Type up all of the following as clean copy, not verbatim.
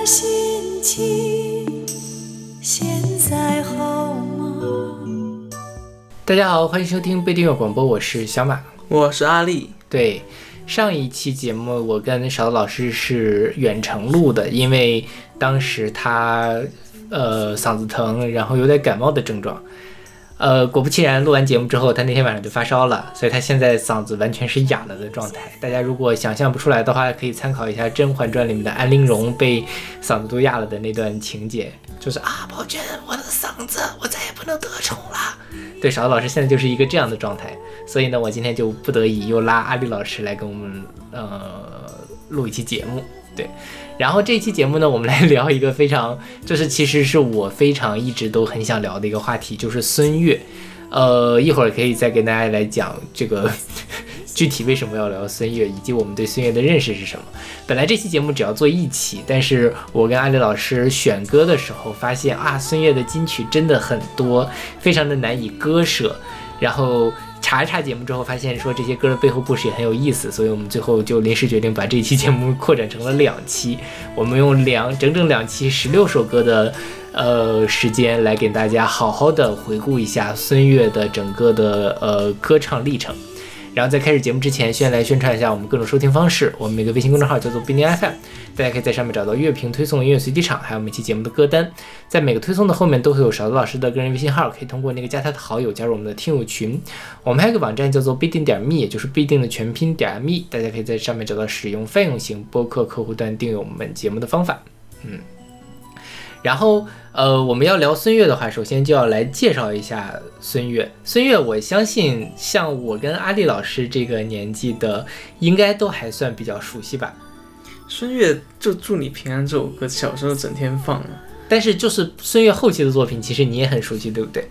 心情现在好吗？ 大家好，欢迎收听被订阅广播，我是小马， 我是阿力。 对，上一期节目我跟勺子老师是远程录的，因为当时他嗓子疼，然后有点感冒的症状。果不其然，录完节目之后，他那天晚上就发烧了，所以他现在嗓子完全是哑了的状态。大家如果想象不出来的话，可以参考一下《甄嬛传》里面的安陵容被嗓子都哑了的那段情节，就是宝娟，我的嗓子，我再也不能得宠了。对，勺子老师现在就是一个这样的状态，所以呢，我今天就不得已又拉阿力老师来跟我们录一期节目。对，然后这期节目呢，我们来聊一个非常，就是其实是我非常一直都很想聊的一个话题，就是孙悦。一会儿可以再跟大家来讲这个具体为什么要聊孙悦，以及我们对孙悦的认识是什么。本来这期节目只要做一期，但是我跟阿力老师选歌的时候发现孙悦的金曲真的很多，非常的难以割舍。然后查一查节目之后，发现说这些歌的背后故事也很有意思，所以我们最后就临时决定把这期节目扩展成了2期。我们用整整2期16首歌的时间来给大家好好的回顾一下孙悦的整个的歌唱历程。然后在开始节目之前，先来宣传一下我们各种收听方式。我们每个微信公众号叫做必定 FM， 大家可以在上面找到乐评推送、音乐随机场，还有每期节目的歌单。在每个推送的后面都会有勺子老师的个人微信号，可以通过那个加他的好友加入我们的听友群。我们还有个网站叫做必定.me， 也就是必定的全拼.me， 大家可以在上面找到使用泛用型播客客户端订阅我们节目的方法。然后我们要聊孙悦的话，首先就要来介绍一下孙悦。孙悦，我相信像我跟阿力老师这个年纪的，应该都还算比较熟悉吧。 孙悦就祝你平安这首歌，小时候整天放。 但是就是孙悦后期的作品，其实你也很熟悉，对不对？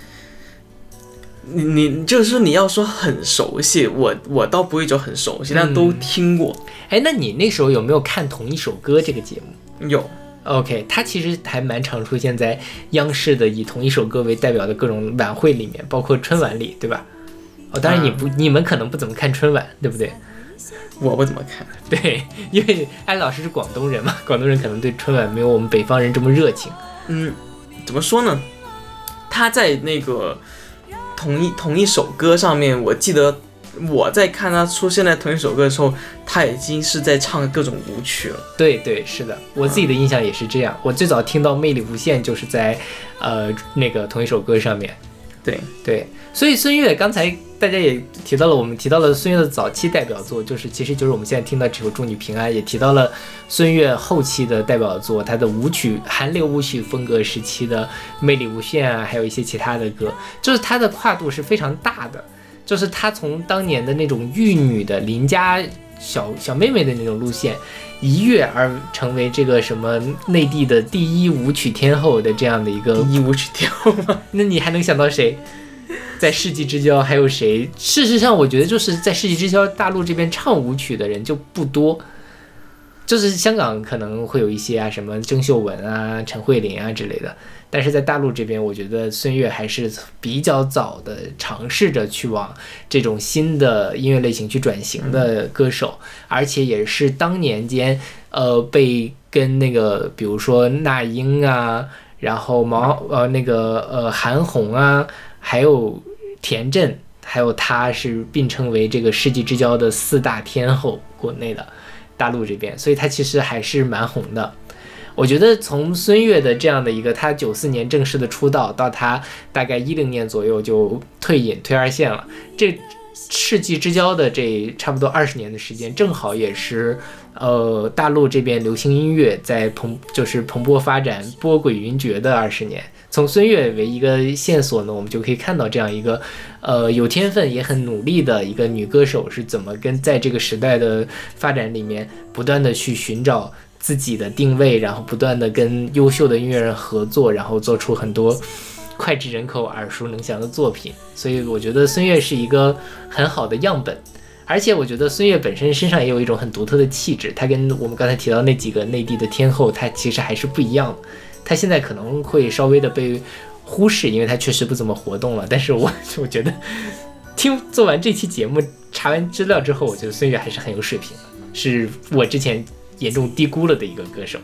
你就是你要说很熟悉，我倒不会说很熟悉，但都听过。 那你那时候有没有看同一首歌这个节目？ 有。 OK， 它其实还蛮常出现在央视的以同一首歌为代表的各种晚会里面，包括春晚里，对吧？当然你们可能不怎么看春晚，对不对？ 我不怎么看。 对，因为安老师是广东人嘛，广东人可能对春晚没有我们北方人这么热情。 怎么说呢？他在那个同一首歌上面，我记得我在看他出现在同一首歌的时候，他已经是在唱各种舞曲了。对， 是的，我自己的印象也是这样。我最早听到《魅力无限》就是在那个同一首歌上面。对，所以孙悦刚才大家也提到了，我们提到了孙悦的早期代表作，其实就是我们现在听到这首《祝你平安》，也提到了孙悦后期的代表作，他的舞曲韩流舞曲风格时期的《魅力无限》啊，还有一些其他的歌，就是他的跨度是非常大的。就是他从当年的那种玉女的邻家小妹妹的那种路线，一跃而成为这个什么内地的第一舞曲天后的这样的一个第一舞曲天后吗？ 那你还能想到谁？在世纪之交还有谁？事实上，我觉得就是在世纪之交大陆这边唱舞曲的人就不多。就是香港可能会有一些什么郑秀文啊、陈慧琳啊之类的，但是在大陆这边，我觉得孙悦还是比较早的尝试着去往这种新的音乐类型去转型的歌手，而且也是当年间被跟那个比如说那英啊，然后韩红啊，还有田震，还有他是并称为这个世纪之交的4大天后，国内的。大陆这边，所以他其实还是蛮红的。我觉得从孙悦的这样的一个他94年正式的出道，到他大概10年左右就退二线了，这世纪之交的这差不多20年的时间，正好也是大陆这边流行音乐在蓬勃发展、波诡云谲的20年。从孙悦为一个线索呢，我们就可以看到这样一个有天分也很努力的一个女歌手是怎么在这个时代的发展里面不断的去寻找自己的定位，然后不断的跟优秀的音乐人合作，然后做出很多脍炙人口、耳熟能详的作品。所以我觉得孙悦是一个很好的样本。而且我觉得孙悦本身身上也有一种很独特的气质，他跟我们刚才提到那几个内地的天后，他其实还是不一样的。他现在可能会稍微的被忽视，因为他确实不怎么活动了。但是我觉得做完这期节目，查完资料之后，我觉得孙悦还是很有水平的，是我之前严重低估了的一个歌手。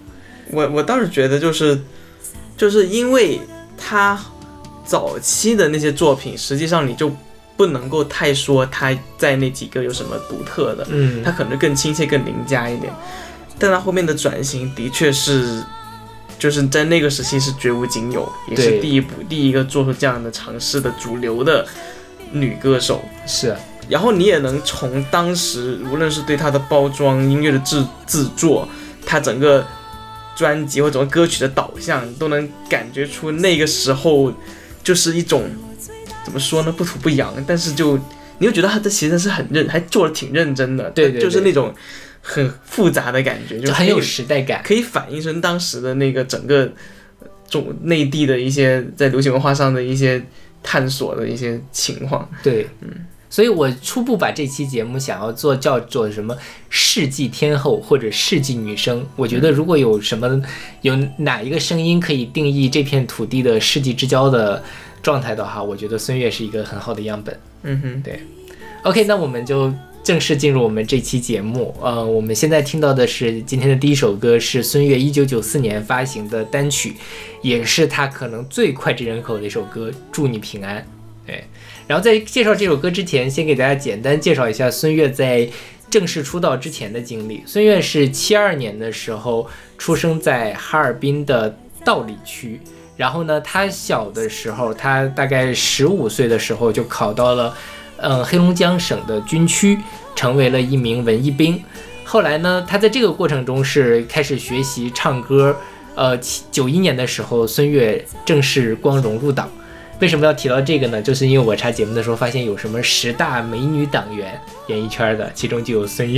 我倒是觉得就是因为他早期的那些作品，实际上你就不能够太说他在那几个有什么独特的，他可能更亲切更邻家一点，但他后面的转型的确是就是在那个时期是绝无仅有，也是第一个做出这样的尝试的主流的女歌手。 是， 然后你也能从当时无论是对她的包装、音乐的制作，她整个专辑或者歌曲的导向，都能感觉出那个时候就是一种怎么说呢，不土不洋，但是你又觉得她其实是还做得挺认真的， 对， 就是那种很复杂的感觉， 就很有时代感， 可以反映成当时的那个整个内地的一些在流行文化上的一些探索的一些情况。 对，所以我初步把这期节目想要做叫做什么世纪天后或者世纪女声，我觉得如果有哪一个声音可以定义这片土地的世纪之交的状态的话，我觉得孙悦是一个很好的样本。对。OK， 那我们就正式进入我们这期节目。我们现在听到的是今天的第一首歌，是孙悦1994年发行的单曲，也是他可能最脍炙人口的一首歌《祝你平安》。对，然后在介绍这首歌之前，先给大家简单介绍一下孙悦在正式出道之前的经历。孙悦是72年的时候出生在哈尔滨的道里区，然后呢，他小的时候，他大概15岁的时候就考到了黑龙江省的军区，成为了一名文艺兵。后来呢，他在这个过程中是开始学习唱歌。91年的时候，孙悦正式光荣入党。为什么要提到这个呢？就是因为我查节目的时候发现有什么10大美女党员，演艺圈的，其中就有孙悦。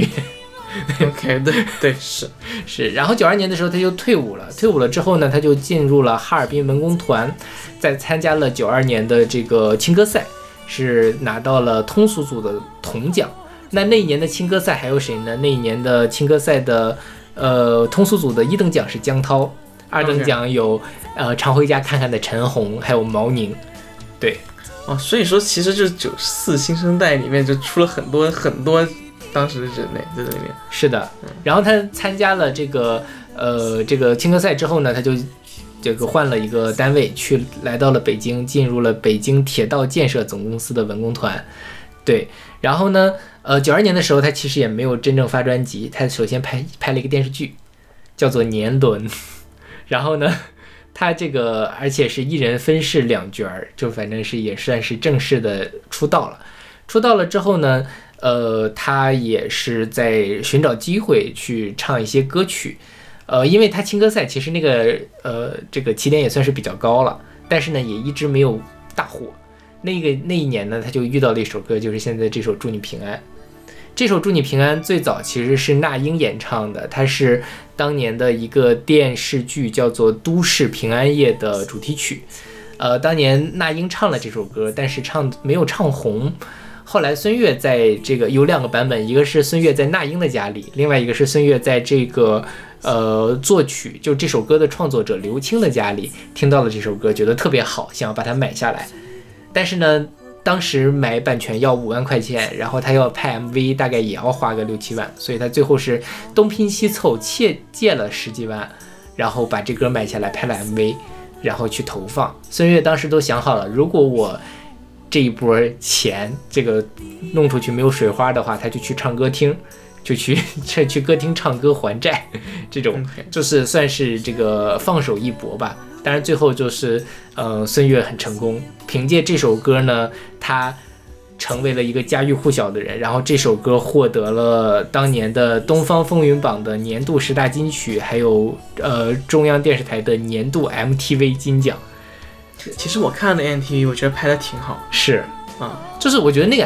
OK， 对，是。 然后92年的时候他就退伍了，退伍了之后呢，他就进入了哈尔滨文工团，再参加了92年的这个青歌赛，是拿到了通俗组的铜奖。那一年的青歌赛还有谁呢？那一年的青歌赛的通俗组的1等奖是江涛，2等奖有常回家看看的陈红，还有毛宁。对， 所以说其实就是94新生代里面就出了很多当时的人类在这里面。 是的，然后他参加了这个青歌赛之后呢，他就这个换了一个单位，来到了北京，进入了北京铁道建设总公司的文工团。对，然后呢，92年的时候他其实也没有真正发专辑，他首先拍了一个电视剧，叫做《年轮》，然后呢，他这个而且是一人分饰2角，就反正是也算是正式的出道了。出道了之后呢，他也是在寻找机会去唱一些歌曲，因为他青歌赛其实那个这个起点也算是比较高了，但是呢也一直没有大火。那一年呢，他就遇到了一首歌，就是现在这首《祝你平安》。这首《祝你平安》最早其实是那英演唱的，它是当年的一个电视剧叫做《都市平安夜》的主题曲。当年那英唱了这首歌，但是没有唱红。后来孙悦在这个有2个版本，一个是孙悦在那英的家里，另外一个是孙悦在这个作曲就这首歌的创作者刘青的家里听到了这首歌，觉得特别好，想要把它买下来。但是呢，当时买版权要5万块钱，然后他要拍 MV 大概也要花个6、7万，所以他最后是东拼西凑借了10几万，然后把这歌买下来，拍了 MV， 然后去投放。孙悦当时都想好了，如果我这一波钱这个弄出去没有水花的话，他就去唱歌厅，就去歌厅唱歌还债，这种就是算是这个放手一搏吧。当然最后就是孙悦很成功，凭借这首歌呢，他成为了一个家喻户晓的人，然后这首歌获得了当年的东方风云榜的年度10大金曲，还有中央电视台的年度 MTV 金奖。 其实我看了 MTV， 我觉得拍的挺好。 是就是我觉得那个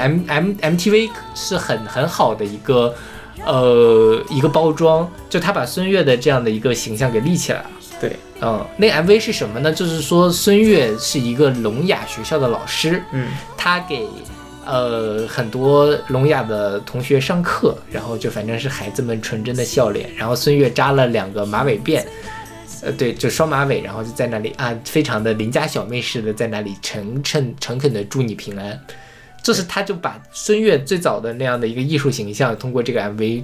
MTV 是很好的一个包装，就他把孙悦的这样的一个形象给立起来了。 对， 那个 MV 是什么呢？就是说孙悦是一个聋哑学校的老师，他给很多聋哑的同学上课，然后就反正是孩子们纯真的笑脸，然后孙悦扎了2个马尾辫，对，就双马尾，然后就在那里非常的邻家小妹似的在那里诚恳的祝你平安。就是他就把孙悦最早的那样的一个艺术形象通过这个 MV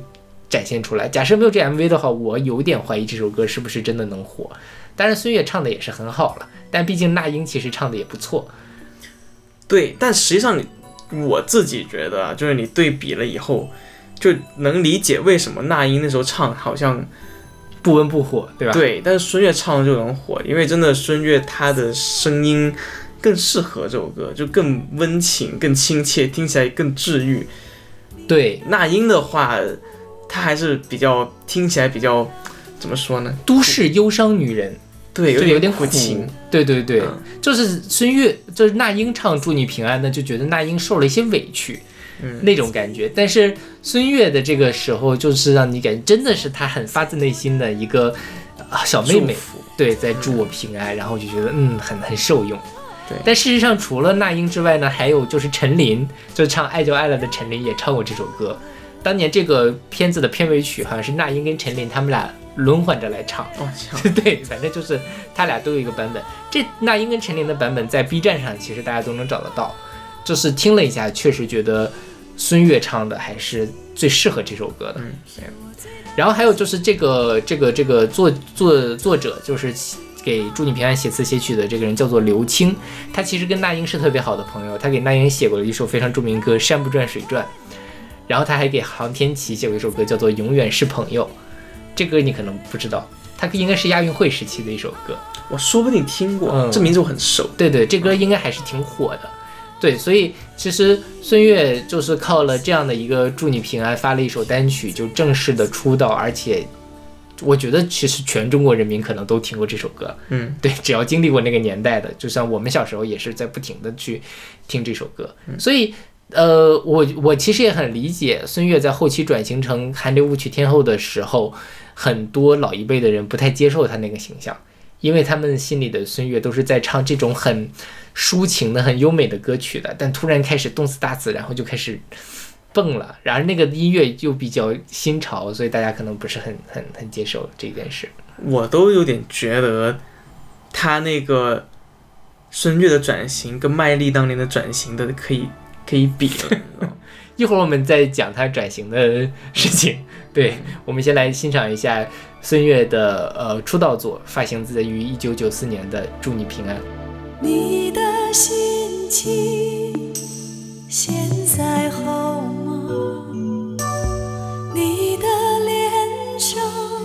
展现出来。假设没有这 MV 的话，我有点怀疑这首歌是不是真的能火。当然孙悦唱的也是很好了，但毕竟那英其实唱的也不错。 对，但实际上我自己觉得就是你对比了以后，就能理解为什么那英那时候唱好像不温不火，对吧？ 对，但是孙悦唱就能火，因为真的孙悦他的声音更适合这首歌，就更温情、更亲切，听起来更治愈。 对， 那英的话，她还是比较听起来比较怎么说呢？ 都市忧伤女人。 对， 有点苦情。 对对对，就是孙悦，就是那英唱祝你平安呢，就觉得那英受了一些委屈，那种感觉。但是孙悦的这个时候，就是让你感觉真的是她很发自内心的一个小妹妹，对，在祝我平安，然后就觉得很受用。 对， 但事实上除了那英之外呢，还有就是陈琳，就是唱《爱就爱了》的陈琳也唱过这首歌。当年这个片子的片尾曲好像是那英跟陈琳他们俩轮换着来唱，对，反正就是他俩都有一个版本。这那英跟陈琳的版本在 B 站上其实大家都能找得到，就是听了一下，确实觉得孙悦唱的还是最适合这首歌的。然后还有就是这个作者就是给祝你平安写词写曲的这个人叫做刘青，他其实跟那英是特别好的朋友，他给那英写过了一首非常著名的歌《山不转水转》，然后他还给航天琪写过一首歌叫做《永远是朋友》。这歌你可能不知道，它应该是亚运会时期的一首歌， 我说不定听过，这名字我很熟。 对对，这歌应该还是挺火的。对，所以其实孙悦就是靠了这样的一个祝你平安发了一首单曲就正式的出道，而且我觉得其实全中国人民可能都听过这首歌。对，只要经历过那个年代的，就像我们小时候也是在不停的去听这首歌。所以我其实也很理解孙悦在后期转型成韩流舞曲天后的时候，很多老一辈的人不太接受他那个形象，因为他们心里的孙悦都是在唱这种很抒情的很优美的歌曲的，但突然开始动次打次，然后就开始蹦了，然而那个音乐又比较新潮，所以大家可能不是很接受这件事。 我都有点觉得他那个孙悦的转型跟麦莉当年的转型的可以比了。 一会儿我们再讲他转型的事情。对，我们先来欣赏一下孙悦的出道作，发行自于1994年的《祝你平安》。 你的心情现在好吗？你的脸上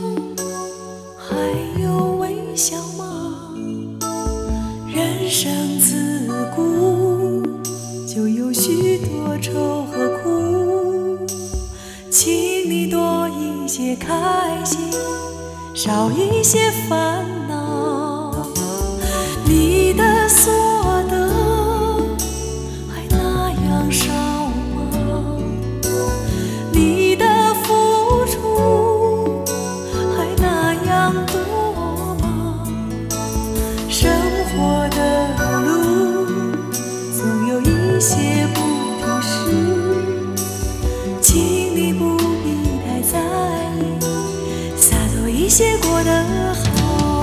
还有微笑吗？人生自古就有许多愁和苦，请你多一些开心，少一些烦恼。你的所得还那样少吗？你的付出还那样多吗？生活的路总有一些不平事，请你不必太在意，洒脱一些过得好。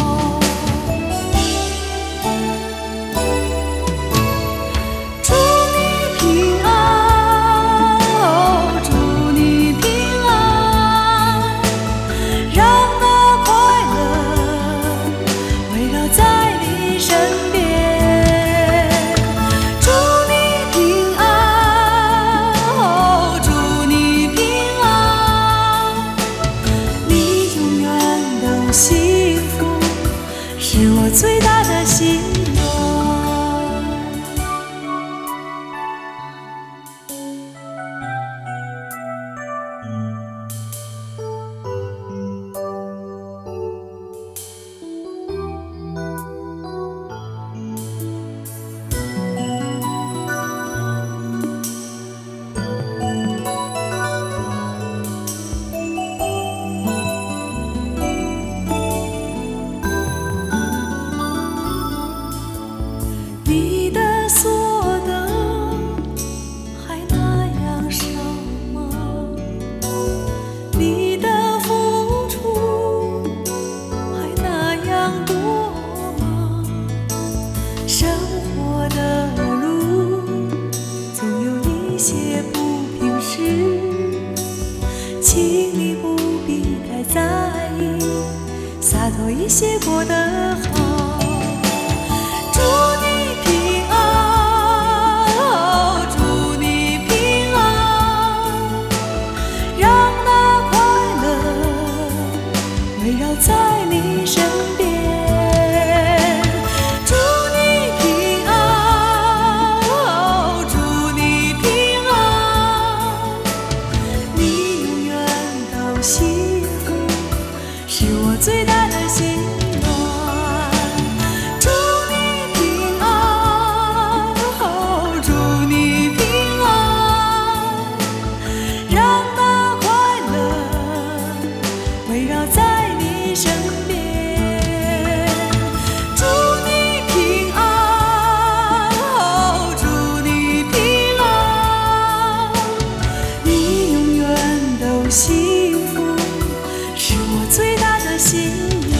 最大的心愿。 早已写过的好。祝你平安，祝你平安，让那快乐围绕在你身边。祝你平安，祝你平安，你永远都幸福，是我最大的心愿。祝你平安，祝你平安，让那快乐围绕在你身边。祝你平安，祝你平安，你永远都幸福，是我最大的心愿。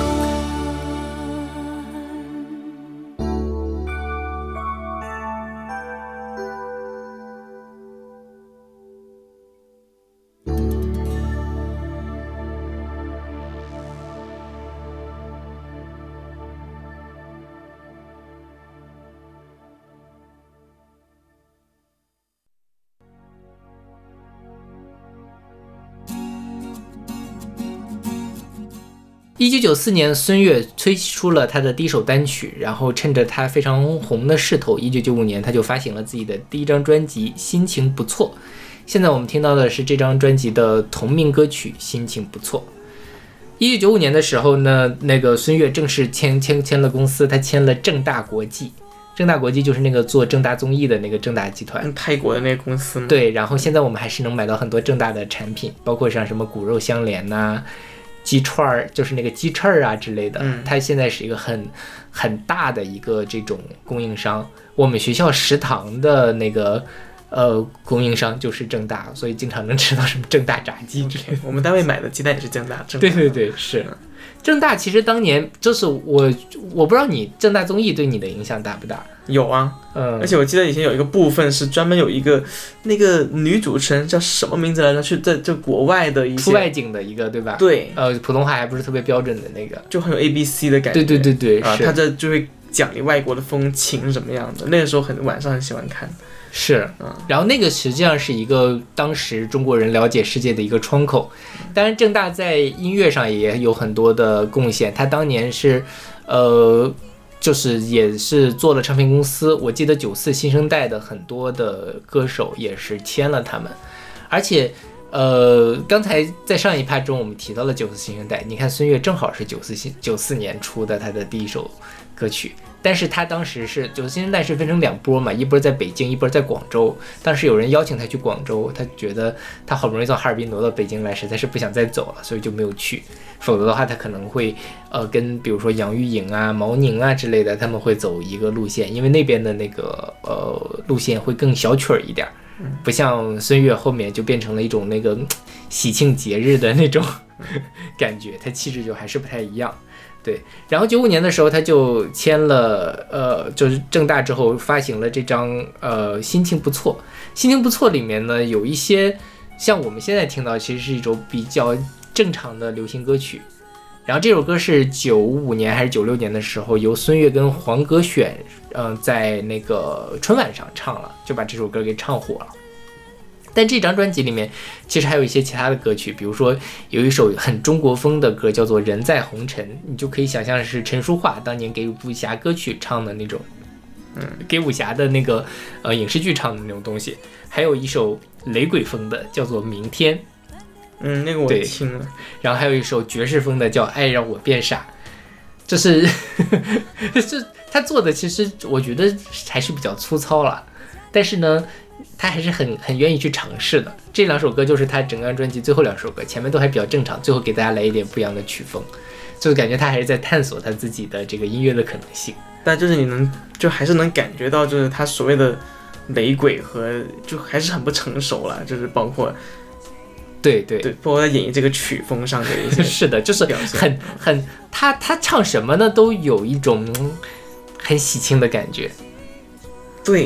1994年，孙悦推出了他的第一首单曲，然后趁着他非常红的势头，1995年他就发行了自己的第一张专辑《心情不错》。现在我们听到的是这张专辑的同名歌曲《心情不错》。1995年的时候呢，那个孙悦正式签了公司，他签了正大国际。正大国际就是那个做正大综艺的那个正大集团， 泰国的那个公司吗？ 对，然后现在我们还是能买到很多正大的产品，包括像什么骨肉相连呐、鸡串就是那个鸡翅啊之类的，它现在是一个很大的一个这种供应商。我们学校食堂的那个供应商就是正大，所以经常能吃到什么正大炸鸡之类的。 我们单位买的鸡蛋也是正大。 对对对，是。正大其实当年就是我不知道你正大综艺对你的影响大不大？ 有啊，而且我记得以前有一个部分是专门有一个那个女主持人叫什么名字来着？去在就国外的一些出外景的一个，对吧？ 对， 普通话还不是特别标准的那个， 就很有 ABC 的感觉。 对对对对， 啊，他这就会讲你外国的风情什么样的。那个时候晚上很喜欢看。 是，然后那个实际上是一个当时中国人了解世界的一个窗口。当然，正大在音乐上也有很多的贡献。他当年是，就是也是做了唱片公司。我记得94新生代的很多的歌手也是签了他们，而且。刚才在上一趴中我们提到了94新生代，你看孙悦正好是94年出的他的第一首歌曲，但是他当时是94新生代是分成两波嘛，一波在北京，一波在广州。当时有人邀请他去广州，他觉得他好不容易从哈尔滨挪到北京来，实在是不想再走了，所以就没有去。否则的话，他可能会跟比如说杨钰莹啊、毛宁啊之类的，他们会走一个路线，因为那边的那个路线会更小曲儿一点。不像孙悦后面就变成了一种那个喜庆节日的那种感觉，他气质就还是不太一样。对，然后95年的时候他就签了就是正大之后发行了这张心情不错。心情不错里面呢有一些像我们现在听到其实是一种比较正常的流行歌曲。然后这首歌是95年还是96年的时候由孙悦跟黄格选在那个春晚上唱了，就把这首歌给唱火了。但这张专辑里面其实还有一些其他的歌曲，比如说有一首很中国风的歌叫做《人在红尘》，你就可以想象是陈淑桦当年给武侠歌曲唱的那种给武侠的那个影视剧唱的那种东西。还有一首雷鬼风的叫做《明天》， 那个我听了。 然后还有一首爵士风的叫《爱让我变傻》，就是他做的其实我觉得还是比较粗糙了，但是呢他还是很愿意去尝试的。这两首歌就是他整张专辑最后两首歌，前面都还比较正常，最后给大家来一点不一样的曲风，就感觉他还是在探索他自己的这个音乐的可能性。 但就是你就还是能感觉到，就是他所谓的雷鬼和就还是很不成熟了，就是包括对，包括在演绎这个曲风上的一些是的，就是他唱什么呢，都有一种很喜庆的感觉。 对，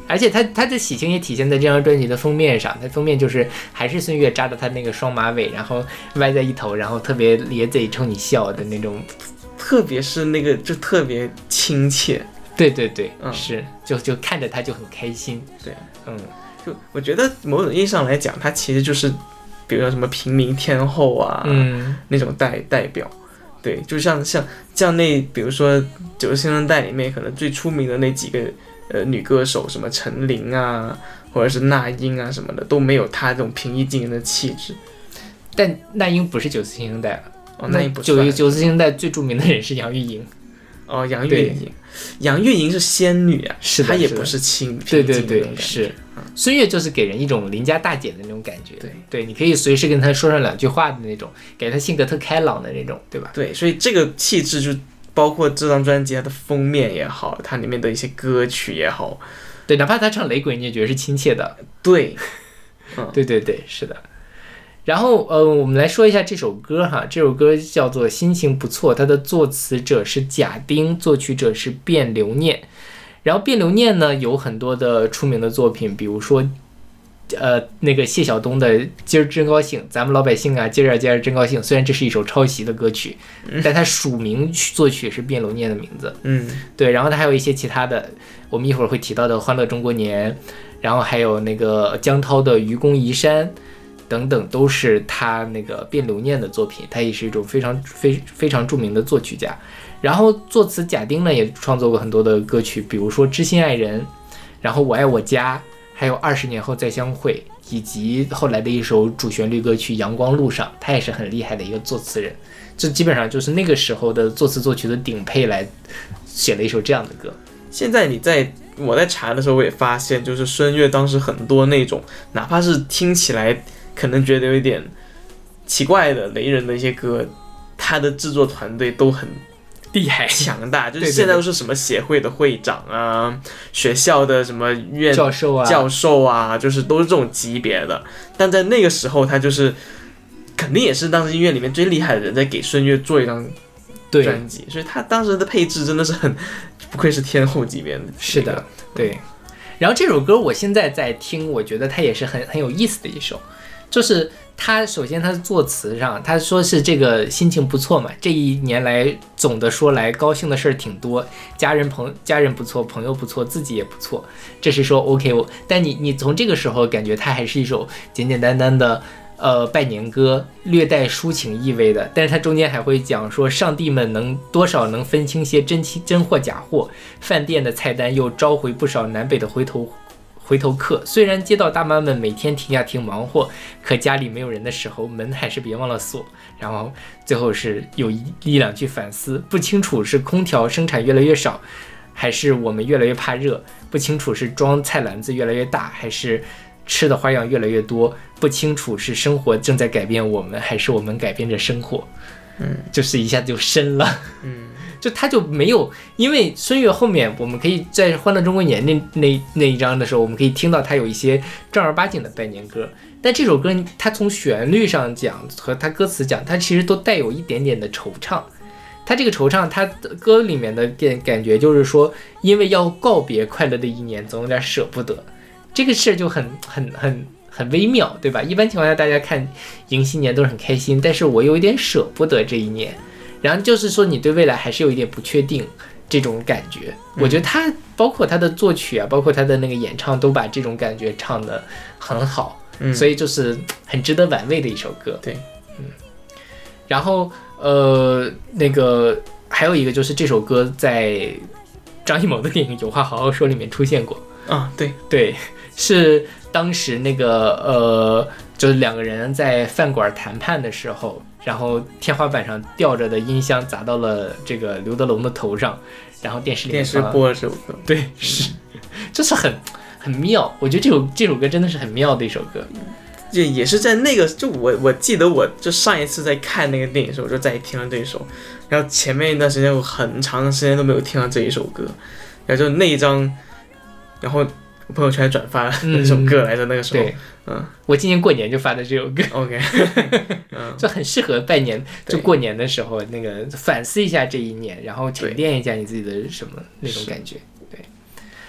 而且他的喜庆也体现在这张专辑的封面上，他封面就是还是孙悦扎的他那个双马尾，然后歪在一头，然后特别咧嘴冲你笑的那种， 特别是那个就特别亲切。 对对对，是就看着他就很开心。 对，就我觉得某种意义上来讲，他其实就是比如说什么平民天后啊，那种代表。对，就像那比如说90新生代里面可能最出名的那几个女歌手，什么陈琳啊，或者是那英啊什么的，都没有她这种平易近人的气质。 但那英不是94新生代了， 那英不是。 94新生代最著名的人是杨钰莹。 杨钰莹，杨钰莹是仙女啊， 是的， 她也不是轻， 对对对，是。孙悦就是给人一种邻家大姐的那种感觉，对，你可以随时跟她说上2句话的那种，给她性格特开朗的那种，对吧？ 对，所以这个气质就包括这张专辑它的封面也好，它里面的一些歌曲也好， 对，哪怕他唱雷鬼，你也觉得是亲切的。 对， 对对对，是的。然后我们来说一下这首歌哈，这首歌叫做《心情不错》，它的作词者是贾丁，作曲者是卞留念。然后卞留念呢有很多的出名的作品，比如说那个谢晓东的《今儿真高兴》，咱们老百姓啊，今儿真高兴。虽然这是一首抄袭的歌曲，但它署名作曲是卞留念的名字。对。然后它还有一些其他的，我们一会儿会提到的《欢乐中国年》，然后还有那个江涛的《愚公移山》等等，都是他那个卞留念的作品。他也是一种非常著名的作曲家。然后作词贾丁呢也创作过很多的歌曲，比如说《知心爱人》，然后《我爱我家》，还有20年后再相会，以及后来的一首主旋律歌曲《阳光路上》，他也是很厉害的一个作词人。这基本上就是那个时候的作词作曲的顶配来写了一首这样的歌。 现在我在查的时候，我也发现，就是孙悦当时很多那种，哪怕是听起来可能觉得有一点奇怪的雷人的一些歌，他的制作团队都很厉害强大，就是现在都是什么协会的会长啊，学校的什么院教授啊，就是都是这种级别的。但在那个时候，他就是肯定也是当时音乐里面最厉害的人，在给孙悦做一张专辑，所以他当时的配置真的是不愧是天后级别的。 是的，对。然后这首歌我现在在听，我觉得它也是很有意思的一首，就是他首先他的作词上，他说是这个心情不错嘛，这一年来总的说来高兴的事儿挺多，家人不错，朋友不错，自己也不错，这是说 OK。 但你从这个时候感觉它还是一首简简单单的拜年歌，略带抒情意味的，但是它中间还会讲说上帝们多少能分清些真货假货，饭店的菜单又召回不少南北的回头客，虽然街道大妈们每天停下停忙活，可家里没有人的时候，门还是别忘了锁。然后最后是有1-2句反思，不清楚是空调生产越来越少，还是我们越来越怕热，不清楚是装菜篮子越来越大，还是吃的花样越来越多，不清楚是生活正在改变我们，还是我们改变着生活。就是一下就深了。就他就没有，因为孙悦后面我们可以在《欢乐中国年》那一章的时候，我们可以听到他有一些正儿八经的拜年歌，但这首歌他从旋律上讲和他歌词讲，他其实都带有一点点的惆怅。他这个惆怅，他歌里面的感觉就是说，因为要告别快乐的一年，总有点舍不得。这个事就很微妙，对吧？一般情况下，大家看迎新年都是很开心，但是我有一点舍不得这一年。然后就是说，你对未来还是有一点不确定这种感觉。我觉得他包括他的作曲啊，包括他的那个演唱，都把这种感觉唱得很好，所以就是很值得玩味的一首歌。 对， 然后那个还有一个就是这首歌在张艺谋的电影《有话好好说》里面出现过啊， 对，是当时那个就是2个人在饭馆谈判的时候，然后天花板上吊着的音箱砸到了这个刘德龙的头上，然后电视播了这首歌。 对，是，就是很妙。我觉得这首歌真的是很妙的一首歌。 也是在那个，就我记得我就上一次在看那个电影的时候，我就再听了这一首，然后前面一段时间我很长的时间都没有听到这一首歌，然后就那一张，然后我朋友圈转发了那首歌来着，那个时候， 对，我今年过年就发的这首歌 ，OK， 就很适合拜年，就过年的时候那个反思一下这一年，然后沉淀一下你自己的什么那种感觉，对。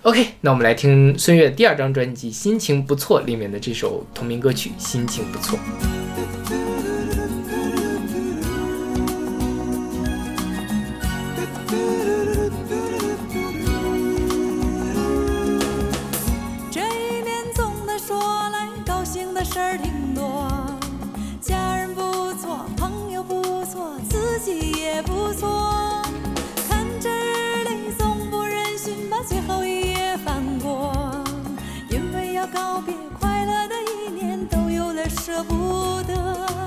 OK， 那我们来听孙悦第2张专辑《心情不错》里面的这首同名歌曲《心情不错》。 这一年总的说来，高兴的事儿挺多，家人不错，朋友不错，自己也不错。看着日历，总不忍心把最后一页翻过，因为要告别快乐的一年，都有点舍不得。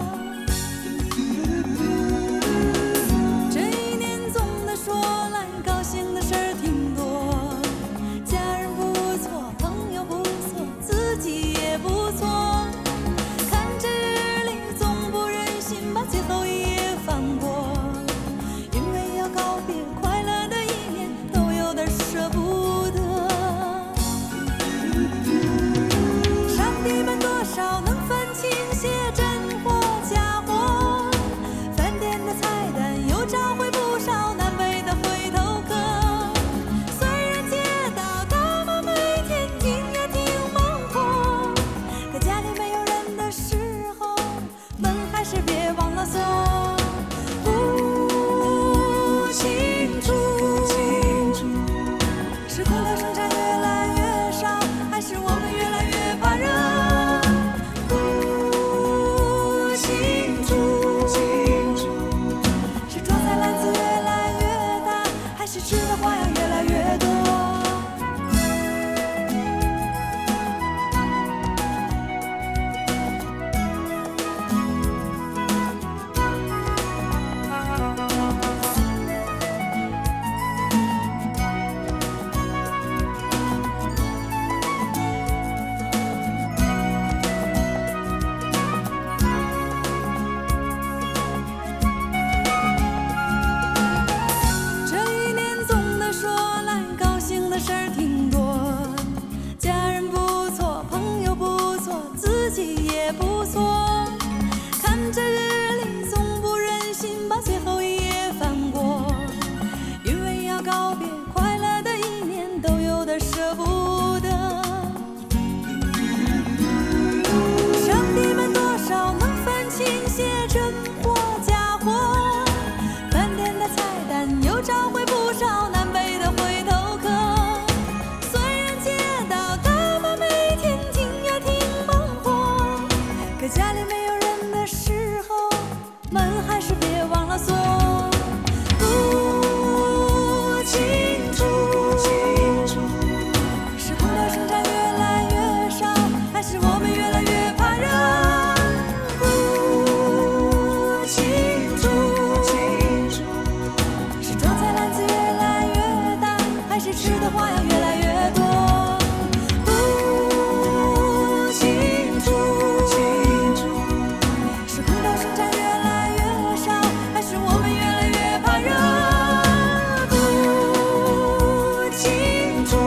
这一年总的说来，高兴的事儿挺多，家人不错，朋友不错，自己也不错。看着日历，总不忍心把最后一页翻过，因为要告别快乐的一年，都有点舍不得。上帝们多少能分清些真货假货，饭店的菜单又找回不少南北的回头客。虽然街道大妈每天听也挺忙活，可家里没有人的时候，门还是别忘了锁。不清楚是空调生产越来越少，还是我们越来越怕热。不清楚是装菜篮子越来越大，还是吃的花样越来越多。这一年总的说来，高兴的事儿挺多，家人不错，朋友不错，自己也不错。看着日历，总不忍心把最后一页翻过，因为要告别快乐的一年，都有点舍不得。上帝们多少能分清些真货假货，饭店的菜单又找回不少南北的回头客。虽然街道大妈每天听也挺忙活，可家里没有人的时候，门还是别忘了锁。不清楚是空调生产越来越少，还是我们越来越怕热。不清楚是装菜篮子越来越大，还是吃的花样越来越多。不清楚是空调生产越来越少，还是我们越来越怕热。不清楚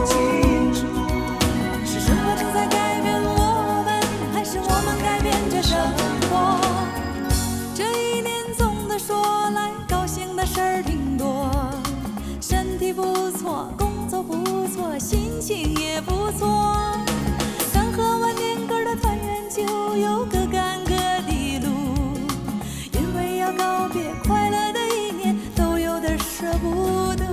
是生活正在改变我们，还是我们改变着生活。这一年总的说来，高兴的事儿挺多，身体不错，工作不错，心情也不错。刚喝完年歌的团圆酒，有个干戈的路，因为要告别快乐的一年，都有点舍不得。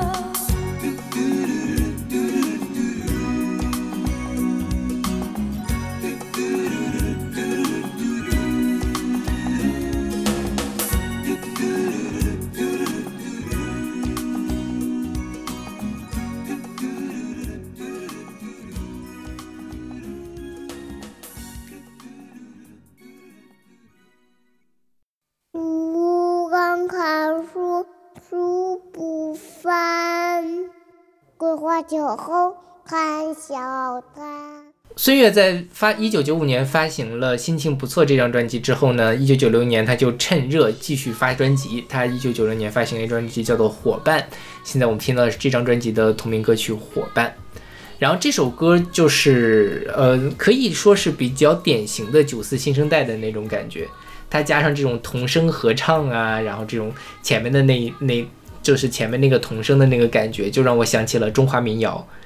不光看书，书不翻，桂花酒后看小摊。 孙悦在1995年发行了《心情不错》这张专辑之后呢，1996年他就趁热继续发专辑。他1996年发行了一张专辑叫做《伙伴》，现在我们听到的是这张专辑的同名歌曲《伙伴》。然后这首歌就是可以说是比较典型的94新生代的那种感觉，它加上这种童声合唱啊，然后这种前面的就是前面那个童声的那个感觉，就让我想起了中华民谣。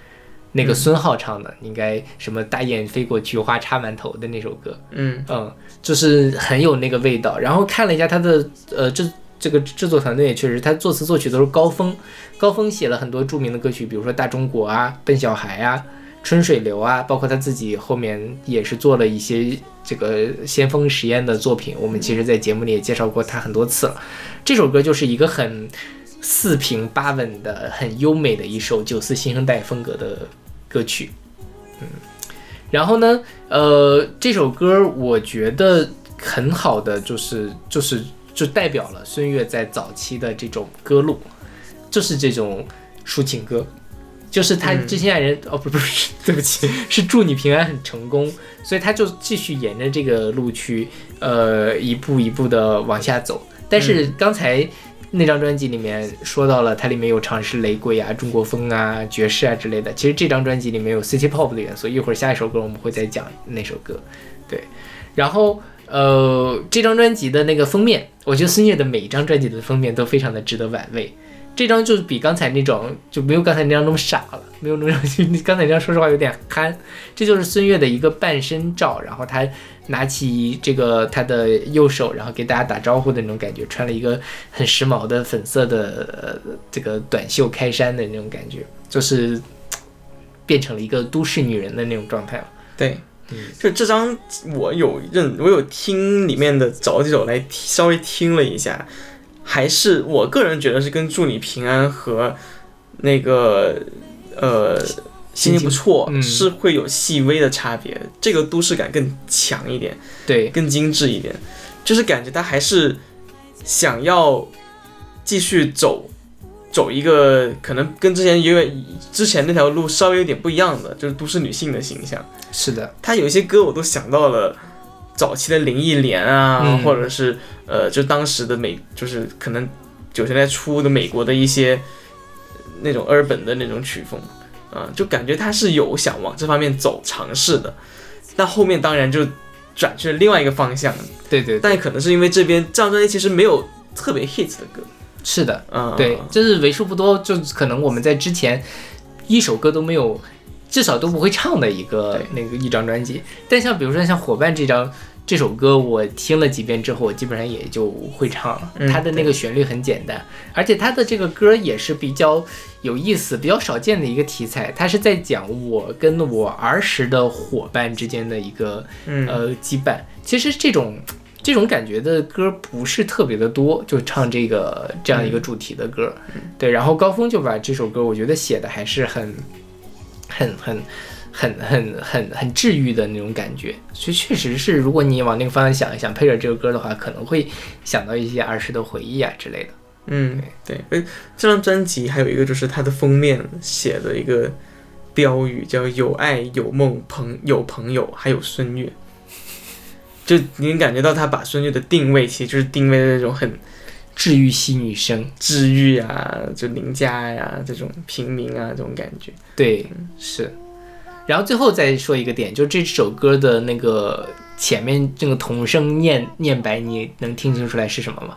那个孙浩唱的，应该什么大雁飞过，菊花插满头的那首歌，就是很有那个味道。然后看了一下他的这个制作团队，也确实他作词作曲都是高峰写了很多著名的歌曲，比如说大中国啊、笨小孩啊、春水流啊，包括他自己后面也是做了一些这个先锋实验的作品，我们其实在节目里也介绍过他很多次了。这首歌就是一个很四平八稳的很优美的一首94新生代风格的歌曲。然后呢这首歌我觉得很好的就代表了孙悦在早期的这种歌路，就是这种抒情歌，就是他知心爱人不是对不起，是祝你平安很成功，所以他就继续沿着这个路去一步一步的往下走。但是刚才那张专辑里面说到了，它里面有尝试雷鬼啊、中国风啊、爵士啊之类的。其实这张专辑里面有 City Pop 的元素，一会儿下一首歌我们会再讲那首歌。对，然后这张专辑的那个封面，我觉得孙悦的每一张专辑的封面都非常的值得玩味。这张就是比刚才那种就没有刚才那张那么傻了，没有那种刚才那张说实话有点憨。这就是孙悦的一个半身照，然后他拿起这个他的右手，然后给大家打招呼的那种感觉，穿了一个很时髦的粉色的这个短袖开衫的那种感觉，就是变成了一个都市女人的那种状态了。 对，就这张我有听里面的找几首来稍微听了一下，还是我个人觉得是跟祝你平安和那个心情不错是会有细微的差别，这个都市感更强一点， 对， 更精致一点，就是感觉他还是想要继续走一个可能跟之前那条路稍微有点不一样的，就是都市女性的形象。 是的， 他有一些歌我都想到了早期的林忆莲啊，或者是就当时的就是可能90年代初的美国的一些那种urban的那种曲风就感觉他是有想往这方面走尝试的，但后面当然就转去了另外一个方向。 对， 但可能是因为这张专辑其实没有特别 hit 的歌。 是的，对，就是为数不多，就可能我们在之前一首歌都没有，至少都不会唱的一张专辑。但像比如说像伙伴这首歌，我听了几遍之后，我基本上也就会唱了。它的那个旋律很简单，而且它的这个歌也是比较有意思、比较少见的一个题材。它是在讲我跟我儿时的伙伴之间的一个羁绊。其实这种感觉的歌不是特别的多，就唱这样一个主题的歌。对，然后高峰就把这首歌，我觉得写的还是很治愈的那种感觉，所以确实是，如果你往那个方向想一想，配着这个歌的话，可能会想到一些儿时的回忆啊之类的。 对，这张专辑还有一个就是它的封面写的一个标语叫有爱有梦有朋友还有孙悦，就你感觉到他把孙悦的定位其实就是定位的那种很治愈系女生， 治愈啊，就邻家呀这种平民啊这种感觉。 对，是。然后最后再说一个点，就这首歌的那个前面这个童声念白，你能听清楚来是什么吗？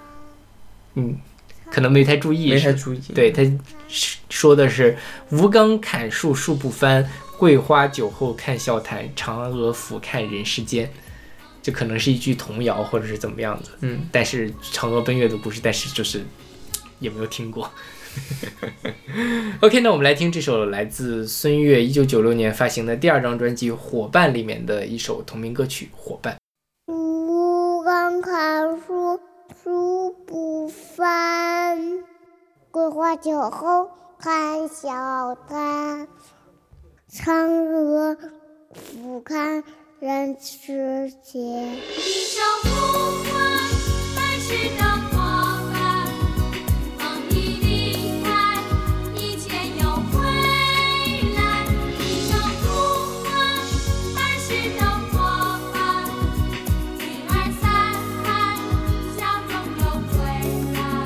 可能没太注意。对，他说的是吴刚砍树树不翻，桂花酒后看笑谈，嫦娥俯瞰人世间。这可能是一句童谣或者是怎么样子。但是嫦娥奔月的故事，但是就是也没有听过。OK， 那我们来听这首来自孙悦1996年发行的第2张专辑《伙伴》里面的一首同名歌曲《伙伴》。 吴刚砍树树不翻，桂花酒后看笑谈，嫦娥俯瞰人世间。 一生不换，百世的伙伴，当你离开，一切又回来。一生不换，百世的伙伴，1、2、3海，笑中有归来。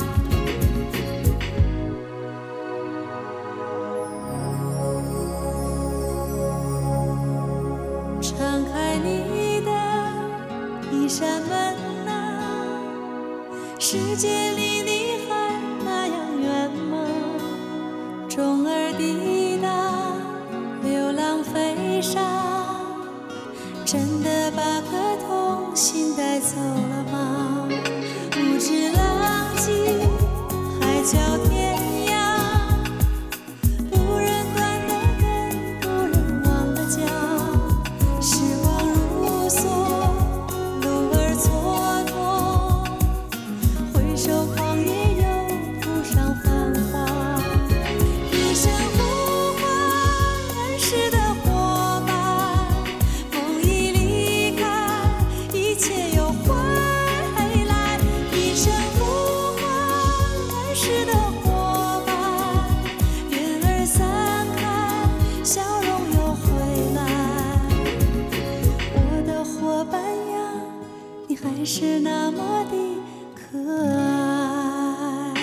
敞开你的一扇门啊， 角天涯，不忍断了根，不忍忘了家。时光如梭，路儿蹉跎，回首狂野又铺上繁华。一生呼唤儿时的伙伴，梦已离开，一切又回来。一生呼唤儿时的伙伴，缘儿散开，笑容又回来。我的伙伴呀，你还是那么的可爱。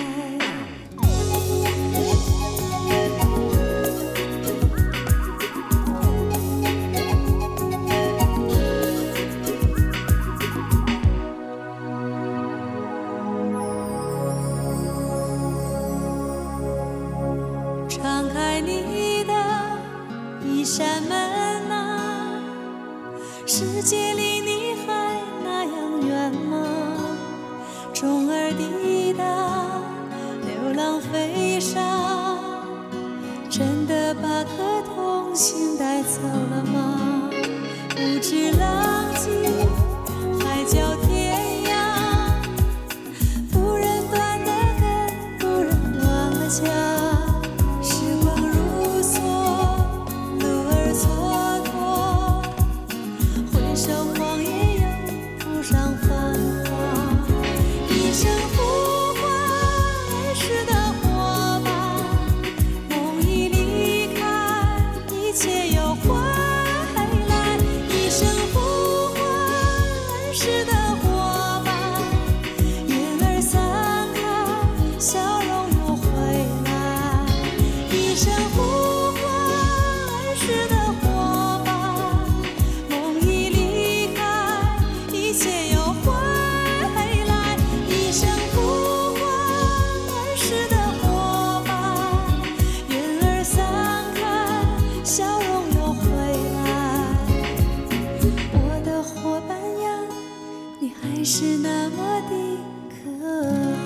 敞开你的一扇门啊，世界离你还那样远吗？钟儿滴答，流浪飞沙，真的把颗童心带走了吗？不知浪迹海角天涯，不忍断了根，不忍忘了家。时光如梭，路儿蹉跎，回首狂野又铺上繁华。一生呼唤儿时的伙伴，梦已离开，一切又回来。一生呼唤儿时的伙伴，缘儿散开，笑容又回来。一生呼唤儿时的伙伴，梦已离开，一切又回来。一生呼唤儿时的伙伴，缘儿散开，笑容又回来。我的伙伴呀，你还是那么的可爱。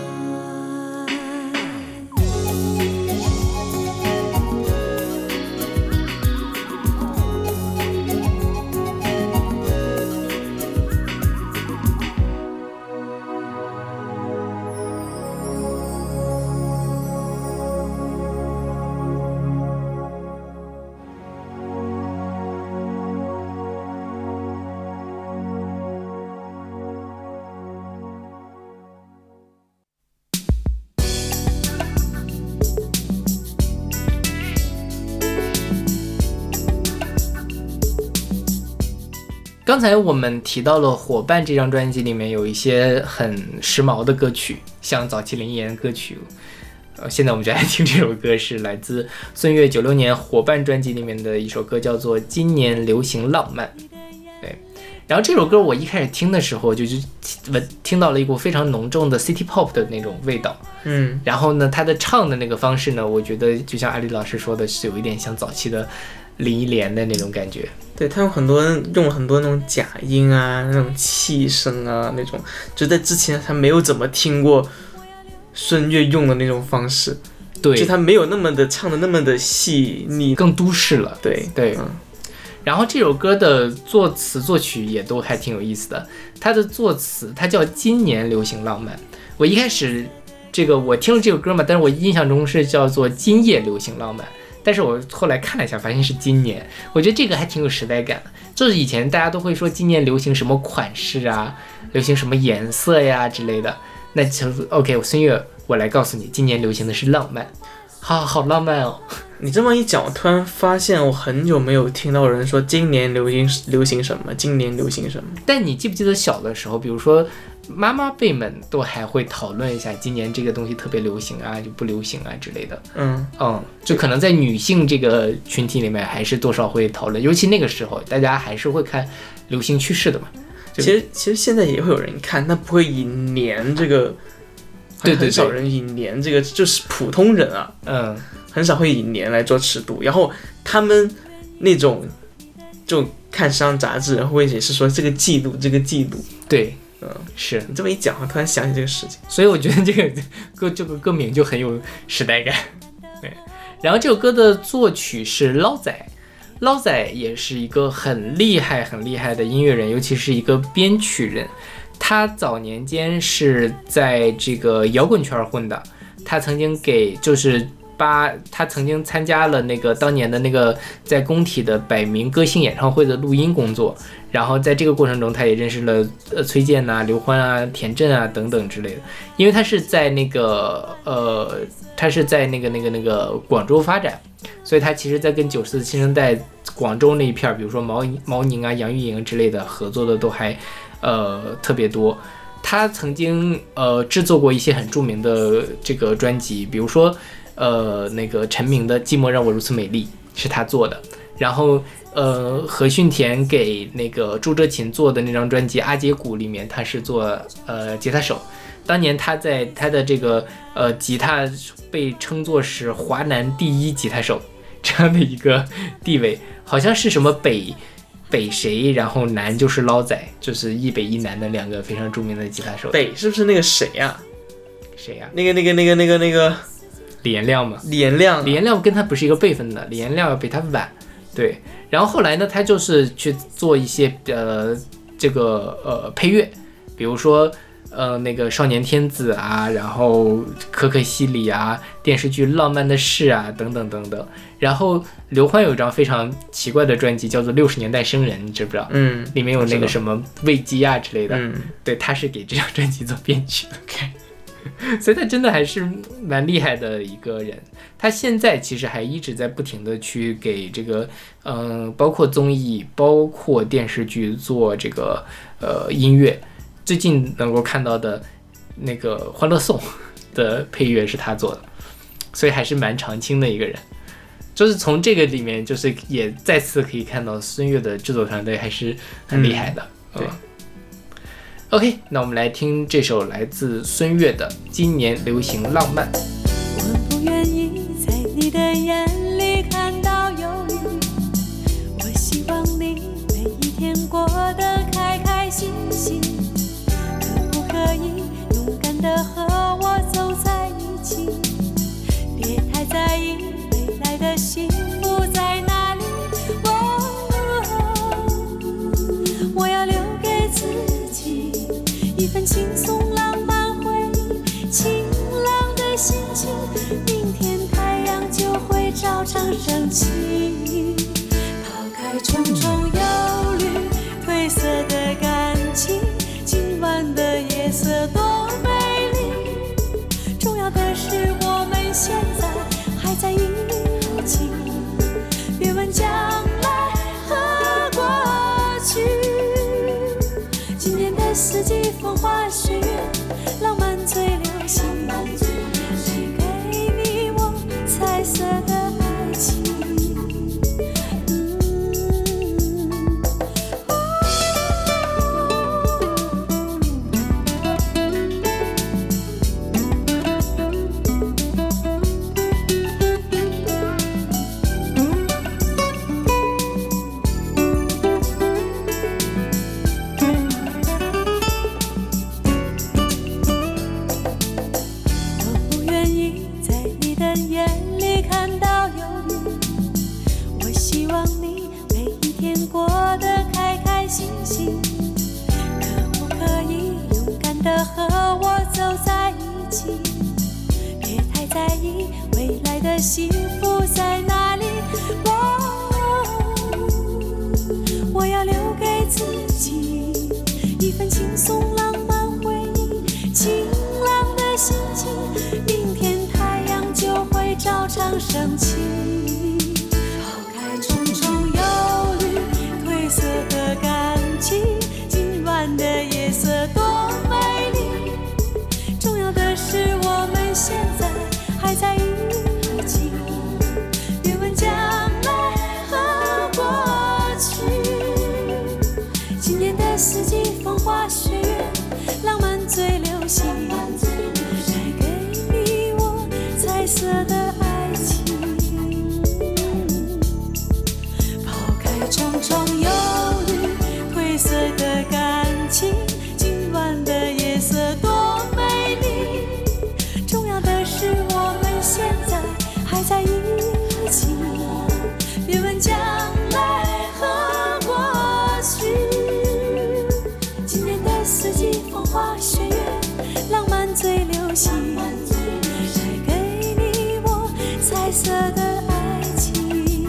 刚才我们提到了《伙伴》这张专辑里面有一些很时髦的歌曲，像早期林忆莲歌曲。现在我们就来听这首歌，是来自孙悦96年《伙伴》专辑里面的一首歌，叫做《今年流行浪漫》。对，然后这首歌我一开始听的时候，就听到了一股非常浓重的 City Pop 的那种味道。然后呢，他的唱的那个方式呢，我觉得就像艾丽老师说的，是有一点像早期的林忆莲的那种感觉。 对，他用了很多那种假音啊，那种气声啊，那种就在之前他没有怎么听过孙悦用的那种方式。 对， 就他没有那么的唱的那么的细腻， 更都市了。 对， 然后这首歌的作词作曲也都还挺有意思的。它的作词它叫今年流行浪漫，我一开始我听了这个歌嘛，但是我印象中是叫做今夜流行浪漫，但是我后来看了一下，发现是今年。我觉得这个还挺有时代感的，就是以前大家都会说今年流行什么款式啊，流行什么颜色呀之类的，那就 OK， 孙悦，我来告诉你，今年流行的是浪漫。好浪漫哦！ 你这么一讲，我突然发现我很久没有听到人说今年流行什么，今年流行什么。 但你记不记得小的时候，比如说妈妈辈们都还会讨论一下今年这个东西特别流行啊，就不流行啊之类的。就可能在女性这个群体里面，还是多少会讨论，尤其那个时候，大家还是会看流行趋势的嘛。 其实现在也会有人看，但不会以年这个。对，很少人以年这个，就是普通人啊，很少会以年来做尺度。然后他们那种就看时尚杂志，会也是说这个季度， 对， 是你这么一讲，我突然想起这个事情。 所以我觉得这个歌名就很有时代感。对，然后这首歌的作曲是捞仔，捞仔也是一个很厉害的音乐人，尤其是一个编曲人。他早年间是在这个摇滚圈混的，他曾经他曾经参加了那个当年的那个在工体的100名歌星演唱会的录音工作，然后在这个过程中他也认识了崔健啊、刘欢啊、田震啊等等之类的。因为他是在那个广州发展，所以他其实在跟94新生代广州那一片，比如说毛宁啊、杨钰莹之类的合作的都还特别多。他曾经制作过一些很著名的这个专辑，比如说那个陈明的《寂寞让我如此美丽》是他做的，然后何训田给那个朱哲琴做的那张专辑《阿姐鼓》里面他是做吉他手。当年他在他的这个吉他被称作是华南第1吉他手这样的一个地位，好像是什么北谁，然后南就是捞仔，就是一北一南的2个非常著名的吉他手。 北是不是那个谁呀？ 谁呀？ 那个李延亮嘛。 李延亮跟他不是一个辈分的，李延亮要比他晚。对，然后后来呢，他就是去做一些配乐，比如说那个少年天子啊，然后可可西里啊，电视剧浪漫的事啊，等等等等。然后刘欢有一张非常奇怪的专辑叫做60年代生人，你知不知道？里面有那个什么喂鸡啊之类的。对，他是给这张专辑做编曲的。所以他真的还是蛮厉害的一个人。他现在其实还一直在不停的去给这个包括综艺包括电视剧做这个音乐。最近能够看到的那个《欢乐颂》的配乐是他做的，所以还是蛮常青的一个人。就是从这个里面，就是也再次可以看到孙悦的制作团队还是很厉害的。 对。 OK， 那我们来听这首来自孙悦的《今年流行浪漫》。 我不愿意在你的眼里看到忧虑，我希望你每一天过得开开心心，可不可以勇敢地和我走在一起，别太在意未来的幸福在哪里。我要留给自己一份轻松浪漫回忆，晴朗的心情，明天太阳就会照常升起。抛开重重忧虑，褪色的感情，今晚的夜色多美丽。重要的是我们现在还在一起，别问将来和过去。今年的四季风花雪月，浪漫最流行，带给你我彩色的爱情。幸福在哪里？我要留给自己一份轻松浪漫回忆，晴朗的心情，明天太阳就会照常升起。抛开重重忧虑，褪色的感情，今晚的夜色多美丽。重要的是我们现在还在一起，别问将来和过去。今年的四季风花雪月，浪漫最流行，带给你我彩色的爱情。抛开重重忧虑，褪色的感情，今晚彩色的爱情。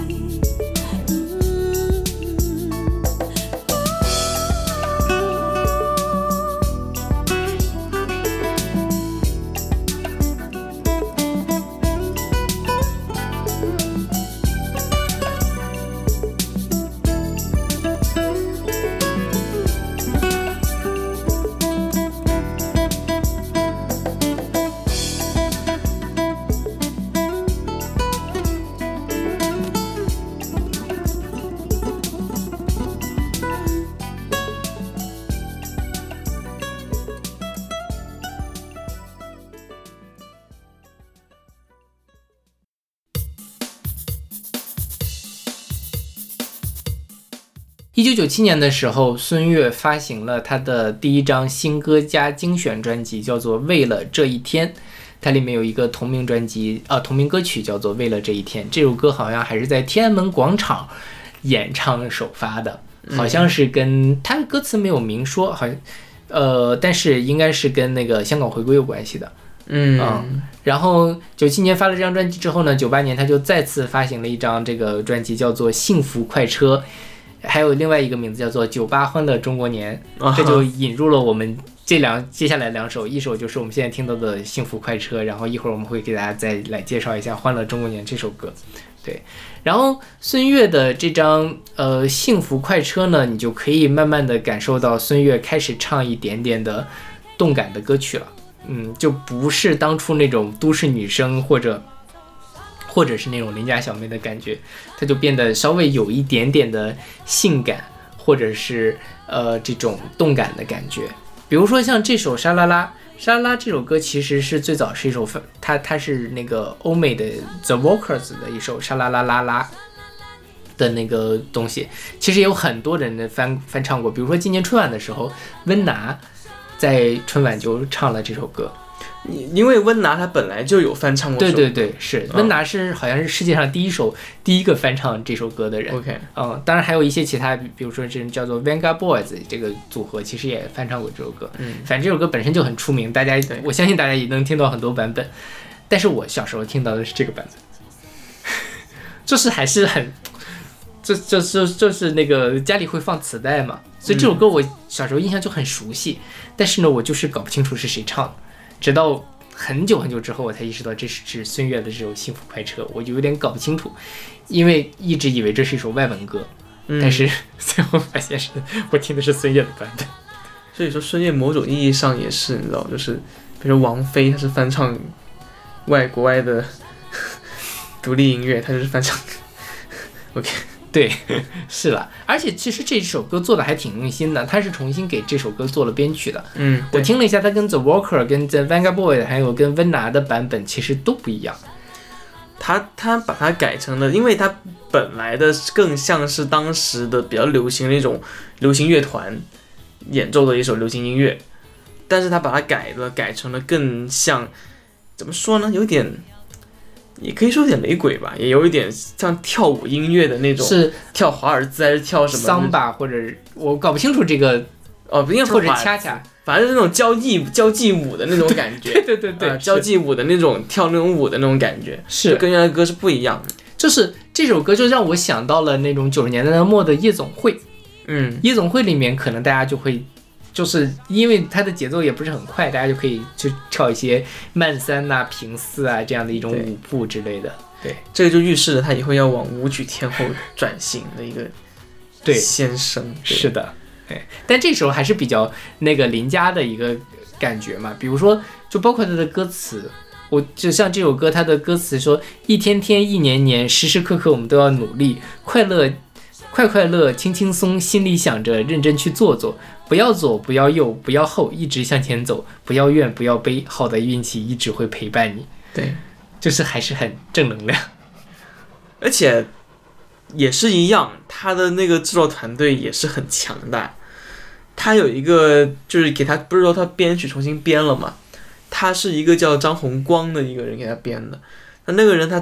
1997年的时候，孙悦发行了他的第一张新歌加精选专辑，叫做《为了这一天》。它里面有一个同名专辑，同名歌曲叫做《为了这一天》。这首歌好像还是在天安门广场演唱首发的，好像是跟他的歌词没有明说，好像但是应该是跟那个香港回归有关系的。然后97年发了这张专辑之后呢，98年他就再次发行了一张这个专辑，叫做《幸福快车》。还有另外一个名字叫做《98欢乐中国年》，这就引入了我们接下来两首，一首就是我们现在听到的《幸福快车》，然后一会儿我们会给大家再来介绍一下《欢乐中国年》这首歌。对，然后孙悦的这张《幸福快车》呢，你就可以慢慢的感受到孙悦开始唱一点点的动感的歌曲了。就不是当初那种都市女生或者是那种邻家小妹的感觉，它就变得稍微有一点点的性感，或者是这种动感的感觉。比如说像这首沙啦啦，沙啦啦这首歌其实是最早是一首它是那个欧美的 The Walkers 的一首沙啦啦啦啦的那个东西，其实有很多人的翻唱过。比如说今年春晚的时候，温拿在春晚就唱了这首歌。 因为温拿他本来就有翻唱过。 对，是温拿是好像是世界上第一个翻唱这首歌的人。 OK， 当然还有一些其他，比如说这叫做 Venga Boys 这个组合，其实也翻唱过这首歌。反正这首歌本身就很出名，我相信大家也能听到很多版本。但是我小时候听到的是这个版本，就是还是很，就是那个家里会放磁带嘛，所以这首歌我小时候印象就很熟悉。但是呢，我就是搞不清楚是谁唱的。直到很久很久之后，我才意识到这是孙悦的这首《幸福快车》，我就有点搞不清楚，因为一直以为这是一首外文歌，但是最后发现是我听的是孙悦的版本。 所以说孙悦某种意义上也是，你知道，就是比如说王菲，她是翻唱国外的独立音乐，她就是翻唱。OK。 对，是了，而且其实这首歌做的还挺用心的，他是重新给这首歌做了编曲的。我听了一下，他跟 The Walker、跟 The Venga Boys 还有跟温拿的版本其实都不一样。 他把它改成了，因为他本来的更像是当时的比较流行的一种流行乐团演奏的一首流行音乐，但是他把它改成了更像，怎么说呢？有点。也可以说有点雷鬼吧，也有一点像跳舞音乐的那种，是跳华尔兹还是跳什么桑巴，或者我搞不清楚这个不应该或者恰恰， 反正是那种交际舞的那种感觉。 对， 交际舞的那种跳那种舞的那种感觉， 是跟原来的歌是不一样的。 就是这首歌就让我想到了那种90年代末的夜总会。夜总会里面可能大家就会。就是因为它的节奏也不是很快，大家就可以去跳一些慢三啊、平四啊这样的一种舞步之类的。对， 这个就预示着他以后要往舞曲天后转型的一个先声。 是的，但这时候还是比较那个邻家的一个感觉嘛。比如说，就包括它的歌词，我就像这首歌，它的歌词说：一天天，一年年，时时刻刻我们都要努力，快乐，轻轻松，心里想着认真去做。不要左，不要右，不要后，一直向前走。不要怨，不要悲，好的运气一直会陪伴你。 对， 就是还是很正能量。 而且也是一样，他的那个制作团队也是很强大。他有一个就是给他，不是说他编曲重新编了嘛？他是一个叫张宏光的一个人给他编的。那个人他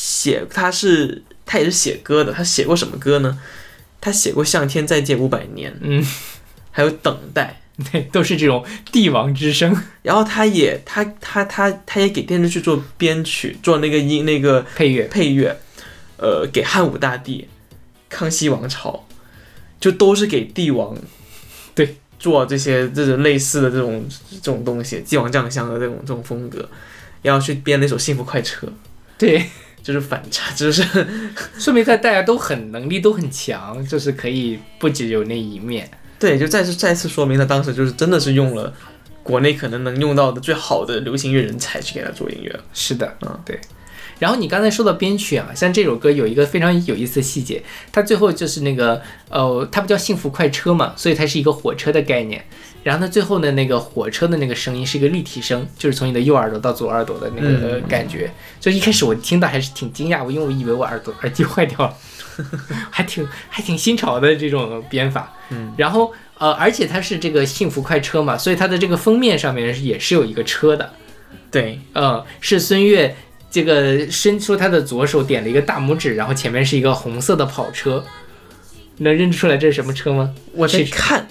也是写歌的。他写过什么歌呢？他写过《向天再借500年》，还有《等待》， 对，都是这种帝王之声。 然后他也给电视剧做编曲，做那个配乐， 给汉武大帝、康熙王朝，就都是给帝王对做这种类似的这种东西，帝王将相的这种风格，然后去编那首《幸福快车》。 对， 就是反差，就是说明大家都很能力都很强，就是可以不只有那一面。 对，就再次说明他当时就是真的是用了国内可能用到的最好的流行乐人才去给他做音乐。 是的，对。然后你刚才说到编曲啊，像这首歌有一个非常有意思的细节，它最后就是那个它不叫幸福快车嘛，所以它是一个火车的概念。然后它最后的那个火车的那个声音是一个立体声，就是从你的右耳朵到左耳朵的那个感觉。就一开始我听到还是挺惊讶，因为我以为我耳机坏掉了，还挺新潮的这种编法。然后而且它是这个幸福快车嘛，所以它的这个封面上面也是有一个车的。 对， 是孙悦这个伸出他的左手点了一个大拇指，然后前面是一个红色的跑车，能认出来这是什么车吗？ 我在看，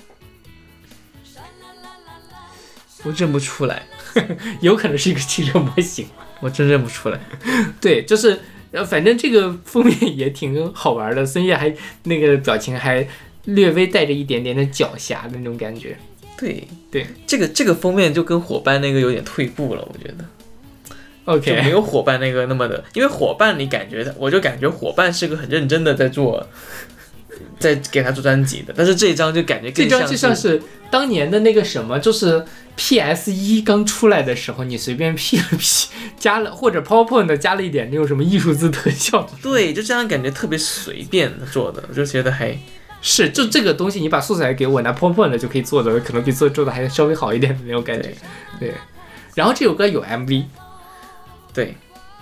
我认不出来， 有可能是一个汽车模型， 我真认不出来。 对，就是反正这个封面也挺好玩的，孙悦还那个表情还略微带着一点点的狡黠的那种感觉。 对，这个封面就跟伙伴那个有点退步了，我觉得。 OK， 就没有伙伴那个那么的，因为伙伴我就感觉伙伴是个很认真的在给他做专辑的，但是这一张就感觉更像是， 这张就像是当年的那个什么，就是 PS1 刚出来的时候，你随便 P 了 P 加了，或者 PowerPoint 加了一点那种什么艺术字特效， 对，就这样感觉特别随便做的，我就觉得还是就这个东西，你把素材给我，拿 PowerPoint 就可以做的，可能比做的还稍微好一点的那种感觉。对，然后这首歌有 MV。 对，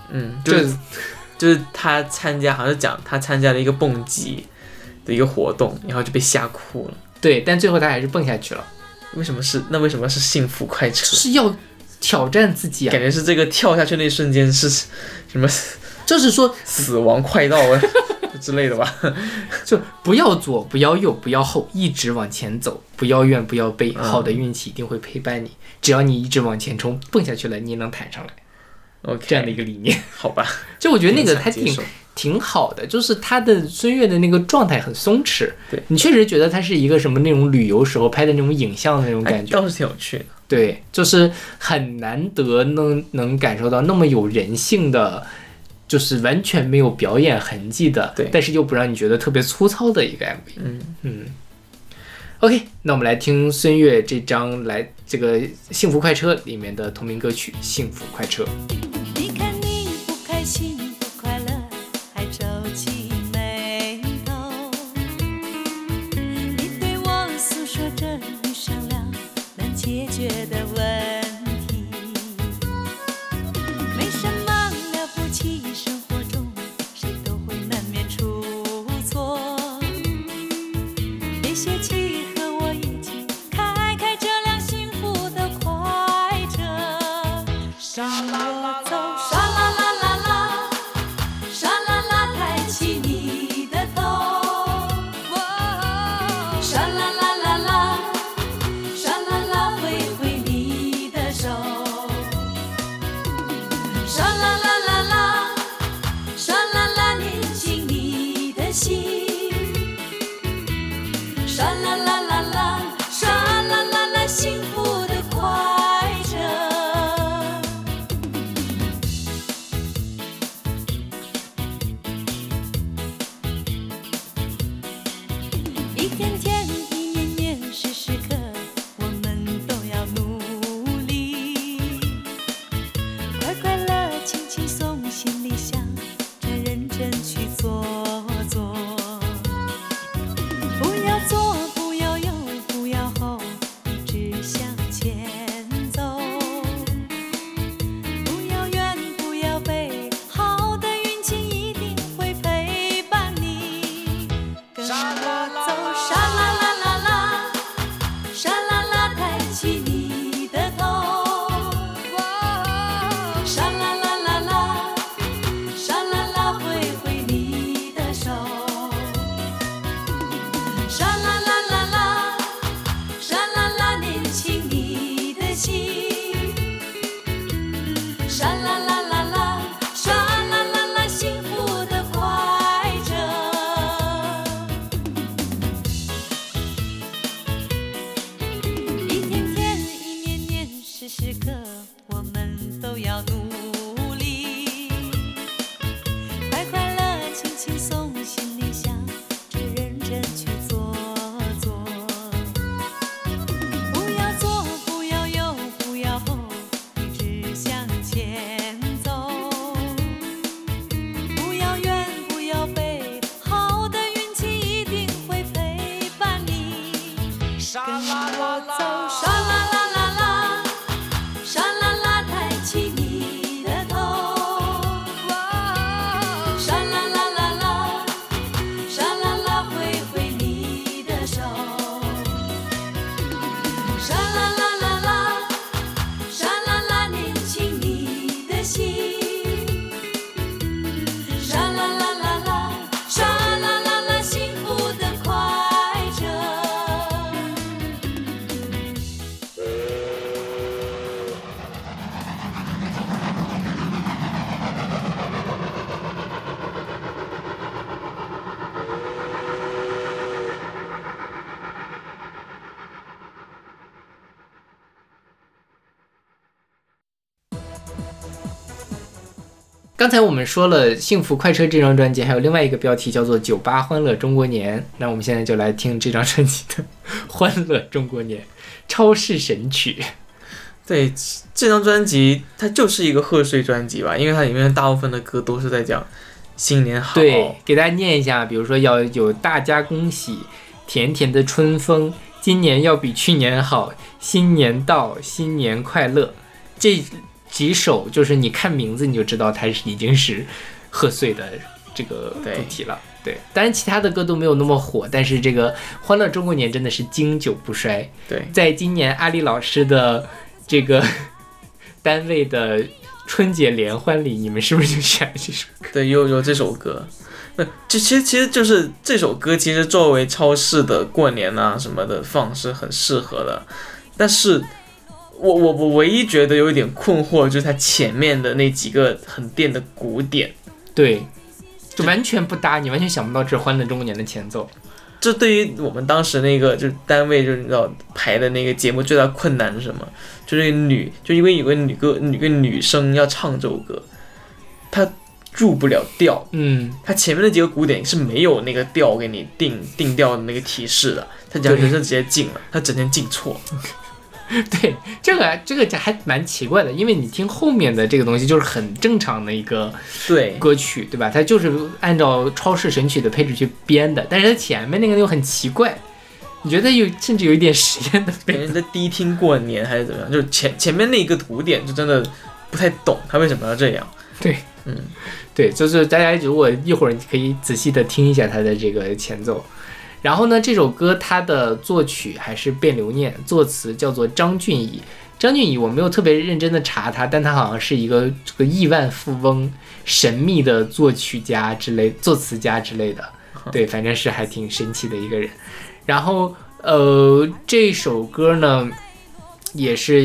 就是他参加，好像是讲他参加了一个蹦极的一个活动，然后就被吓哭了。 对，但最后他还是蹦下去了。 为什么是幸福快车？ 是要挑战自己啊！ 感觉是这个跳下去那一瞬间是什么？ 就是说死亡快到啊之类的吧？ 就不要左，不要右，不要后，一直往前走，不要怨，不要悲，好的运气一定会陪伴你。只要你一直往前冲，蹦下去了，你也能弹上来。 OK， 这样的一个理念， 好吧？ 就我觉得那个还挺好的，就是他的孙悦的那个状态很松弛， 对你确实觉得他是一个什么那种旅游时候拍的那种影像的那种感觉， 倒是挺有趣的。 对，就是很难得能感受到那么有人性的，就是完全没有表演痕迹的， 对， 但是又不让你觉得特别粗糙的一个 MV。OK， 那我们来听孙悦这张来这个《幸福快车》里面的同名歌曲《幸福快车》。 你看你不开心不快乐，还皱起眉头。你对我诉说着你商量难解决的问题，没什么了不起，生活中谁都会难免出错。别泄气，和我一起开这辆幸福的快车。上我走，沙啦啦啦啦，沙啦啦抬起你的头，沙啦啦啦啦，沙啦啦挥你的手，沙啦啦啦啦，沙啦啦捏紧你的心，沙啦啦啦啦，沙啦啦啦，幸福的快车。一天天，一年年，时时刻，我们都要努力，快快乐，轻刚才我们说了《幸福快车》这张专辑，还有另外一个标题叫做《酒吧欢乐中国年》。那我们现在就来听这张专辑的《欢乐中国年》，超市神曲。 对，这张专辑它就是一个贺岁专辑吧，因为它里面大部分的歌都是在讲新年好。 对，给大家念一下，比如说要有大家恭喜，甜甜的春风，今年要比去年好，新年到，新年快乐。这几首就是你看名字你就知道它已经是贺岁的这个主题了。对，当然其他的歌都没有那么火，但是这个《欢乐中国年》真的是经久不衰。 对，在今年阿丽老师的这个单位的春节联欢里，你们是不是就选了这首歌？ 对，有这首歌。那其实就是这首歌，其实作为超市的过年啊什么的放是很适合的，但是我唯一觉得有一点困惑，就是它前面的那几个很电的鼓点， 对，就完全不搭，你完全想不到这是《欢乐中国年》的前奏。 这对于我们当时那个就是单位就是你知道排的那个节目最大困难是什么？就是就因为有个女生要唱这首歌，她入不了调，她前面的几个鼓点是没有那个调给你定调的那个提示的，她讲人生直接进了，她整天进错。 对，这个还蛮奇怪的，因为你听后面的这个东西就是很正常的一个歌曲，对吧？它就是按照超市神曲的配置去编的，但是它前面那个又很奇怪，你觉得甚至有一点实验的感觉在低听过年还是怎么样？就是前面那个鼓点就真的不太懂他为什么要这样。 对，对，就是大家如果一会儿可以仔细的听一下它的这个前奏。然后呢，这首歌它的作曲还是卞留念，作词叫做张俊乙。张俊乙我没有特别认真的查他，但他好像是一个这个亿万富翁、神秘的作曲家之类、作词家之类的。对，反正是还挺神奇的一个人。然后这首歌呢，也是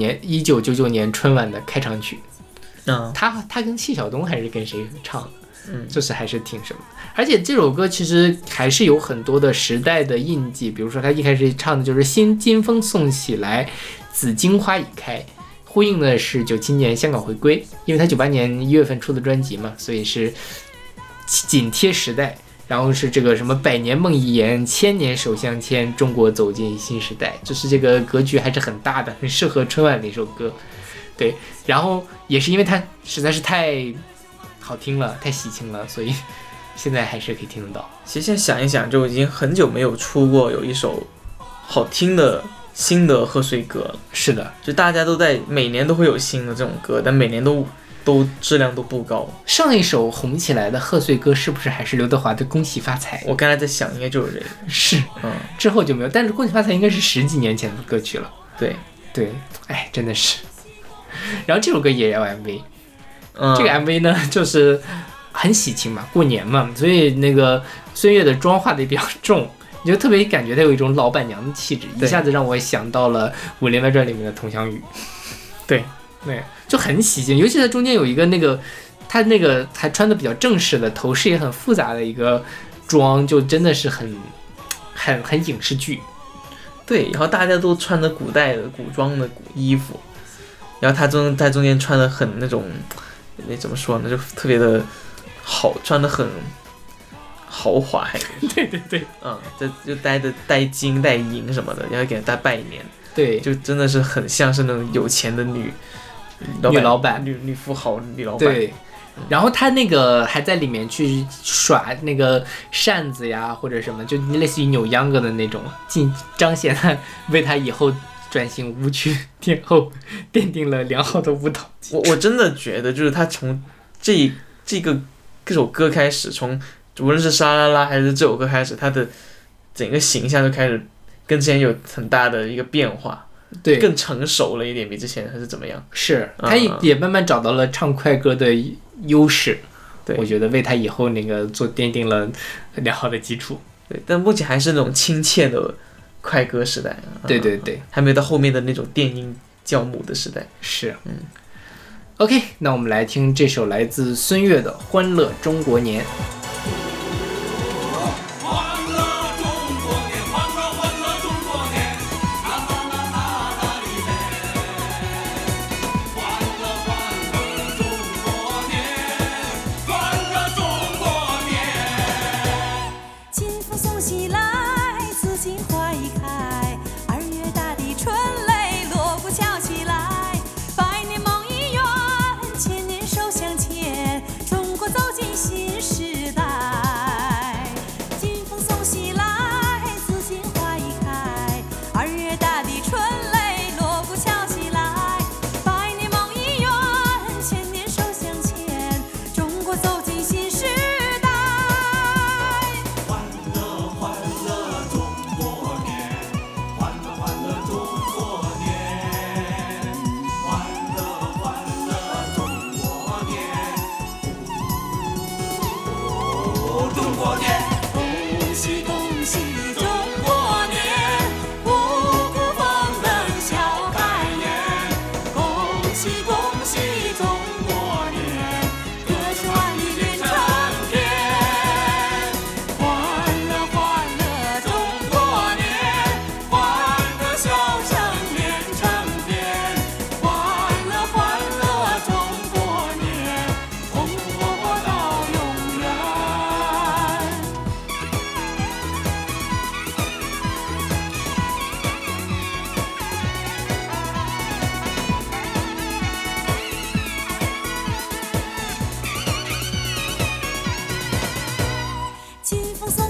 1999年春晚的开场曲。他跟谢晓东还是跟谁唱的？就是还是挺什么，而且这首歌其实还是有很多的时代的印记，比如说他一开始唱的就是新金风送喜来，紫荆花已开，呼应的是97年香港回归，因为他98年1月份出的专辑嘛，所以是紧贴时代。然后是这个什么百年梦一言，千年手相牵，中国走进新时代，就是这个格局还是很大的，很适合春晚的一首歌。对，然后也是因为它实在是太好听了，太喜庆了，所以现在还是可以听得到。 其实现在想一想，就已经很久没有出过有一首好听的新的贺岁歌了。 是的， 就大家都在每年都会有新的这种歌，但每年都质量都不高。 上一首红起来的贺岁歌是不是还是刘德华的《恭喜发财》？ 我刚才在想，应该就是这个。 是，之后就没有。但是《恭喜发财》应该是10几年前的歌曲了。对，哎，真的是。然后这首歌也有 MV。这个 MV 呢，就是很喜庆嘛，过年嘛，所以那个孙悦的妆化的也比较重，你就特别感觉他有一种老板娘的气质，一下子让我想到了《武林外传》里面的佟湘玉。对，就很喜庆，尤其在中间有一个那个他那个还穿的比较正式的，头饰也很复杂的一个妆，就真的是很影视剧。 对，然后大家都穿着古代的古装的衣服，然后他在中间穿的很那种。那怎么说呢？就特别的好，穿的很豪华。 对， 这就带金带银什么的，然后给人带拜年。 对， 就真的是很像是那种有钱的女老板、 女富豪、女老板。 对，然后他那个还在里面去耍那个扇子呀，或者什么，就类似于扭秧歌的那种，彰显他为他以后转型舞曲天后奠定了良好的舞蹈基础。 我真的觉得，就是他从这首歌开始，从无论是沙啦啦还是这首歌开始，他的整个形象就开始跟之前有很大的一个变化， 对， 更成熟了一点，比之前还是怎么样？ 是，他也慢慢找到了唱快歌的优势，对，我觉得为他以后那个奠定了良好的基础。 对，但目前还是那种亲切的快歌时代。 对， 还没有到后面的那种电音教母的时代。 是，OK， 那我们来听这首来自孙悦的《欢乐中国年》。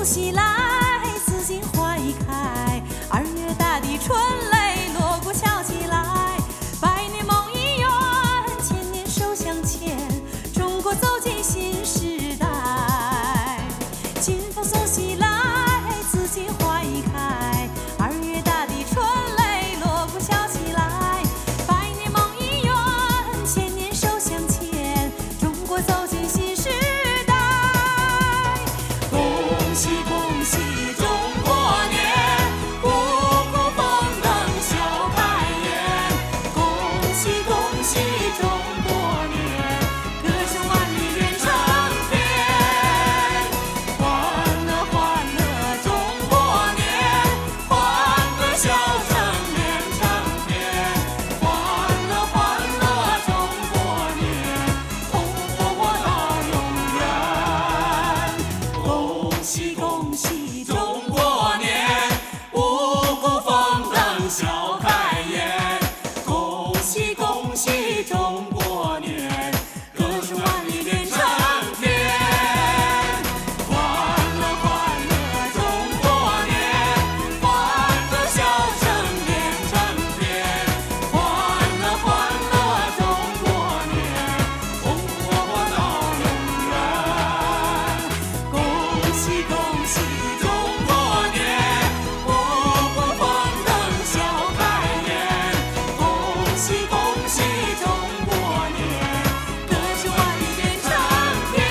西来，紫荆花已开。2月大地春雷锣鼓敲起来，百年梦已圆，千年手相牵，中国走进新时代。金风送喜来，紫荆花已开。2月大地春雷锣鼓敲起来，百年梦已圆，千年手相牵，中国走进新时代。恭喜恭喜中国年，五谷丰登笑开颜。恭喜恭喜中国年，歌声万里连成片。欢乐欢乐中国年，欢歌笑声连成片。欢乐欢乐中国年，红红火火到永远。恭喜恭喜中国年，五谷丰登笑开颜。恭喜恭喜中国年，歌声万里连成片。欢乐欢乐中国年，欢歌笑声连成片。欢乐欢乐中国年，红红火火到永远。恭喜恭喜中国年，五谷丰登笑开颜。恭喜恭喜中国年，歌声万里连成片。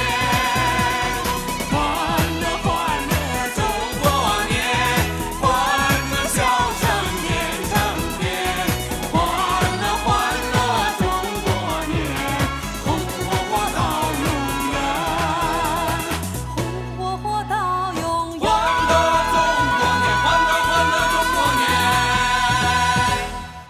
欢乐欢乐中国年，欢歌笑声连成片。欢乐欢乐中国年，红红火火到永远。红火火到永远。欢乐中国年，欢乐欢乐中国年。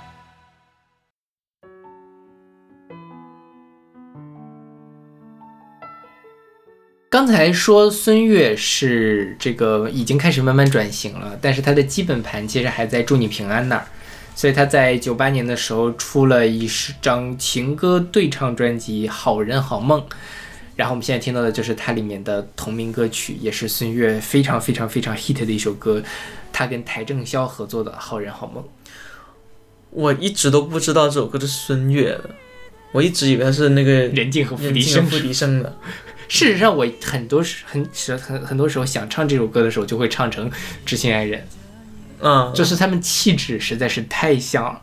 刚才说孙悦是这个已经开始慢慢转型了，但是他的基本盘其实还在祝你平安那儿，所以他在98年的时候出了一张情歌对唱专辑《好人好梦》，然后我们现在听到的就是它里面的同名歌曲，也是孙悦非常非常非常 hit 的一首歌，他跟邰正宵合作的《好人好梦》。 我一直都不知道这首歌是孙悦的，我一直以为他是那个任静和付笛声。 付笛声的。 事实上，我很多时候想唱这首歌的时候，就会唱成《知心爱人》，就是他们气质实在是太像了，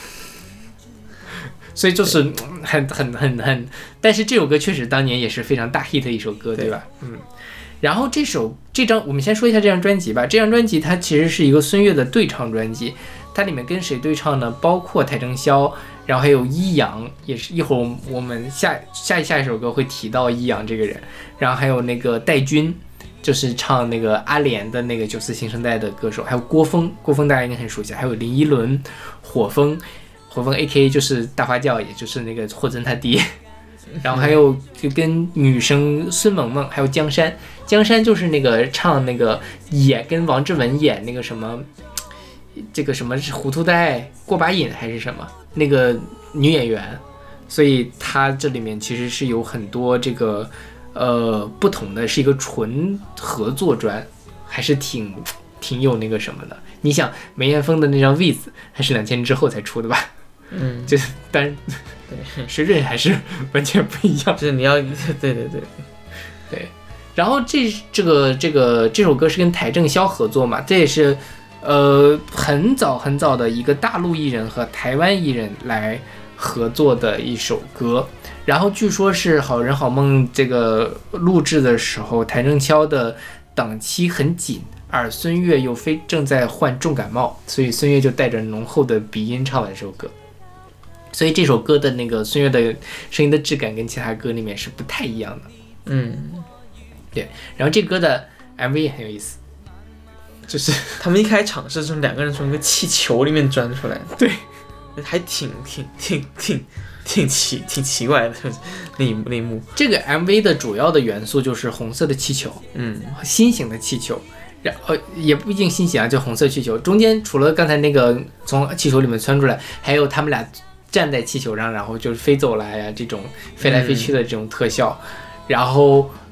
所以就是很，但是这首歌确实当年也是非常大 hit 的一首歌，对吧？然后这张我们先说一下这张专辑吧。这张专辑它其实是一个孙悦的对唱专辑，它里面跟谁对唱呢？包括邰正宵，然后还有一阳，也是一会儿我们下一首歌会提到一阳这个人，然后还有那个戴军，就是唱那个阿莲的那个94新生代的歌手，还有郭峰大家应该很熟悉，还有林依轮，火风 AKA 就是大花轿，也就是那个霍尊他爹，然后还有就跟女生孙萌萌，还有江山就是那个唱那个跟王志文演那个什么，这个什么是糊涂带过把瘾还是什么那个女演员，所以她这里面其实是有很多这个不同的，是一个纯合作专，还是挺有那个什么的。你想梅艳芳的那张 With 还是2000年之后才出的吧？就是但水准还是完全不一样。 就是你要对。 然后这首歌是跟邰正宵合作嘛，这也是很早的一个大陆艺人和台湾艺人来合作的一首歌。然后据说是《好人好梦》这个录制的时候，邰正宵的档期很紧，而孙悦又正在患重感冒，所以孙悦就带着浓厚的鼻音唱完这首歌。所以这首歌的那个孙悦的声音的质感跟其他歌里面是不太一样的。对。然后这歌的 MV 也很有意思，就是他们一开场是从两个人从一个气球里面钻出来的。 对， 还挺奇怪的那一幕。 这个 MV 的主要的元素就是红色的气球，心形的气球，然后也不一定心形啊，就红色气球。中间除了刚才那个从气球里面窜出来，还有他们俩站在气球上，然后就是飞走来呀，这种飞来飞去的这种特效。然后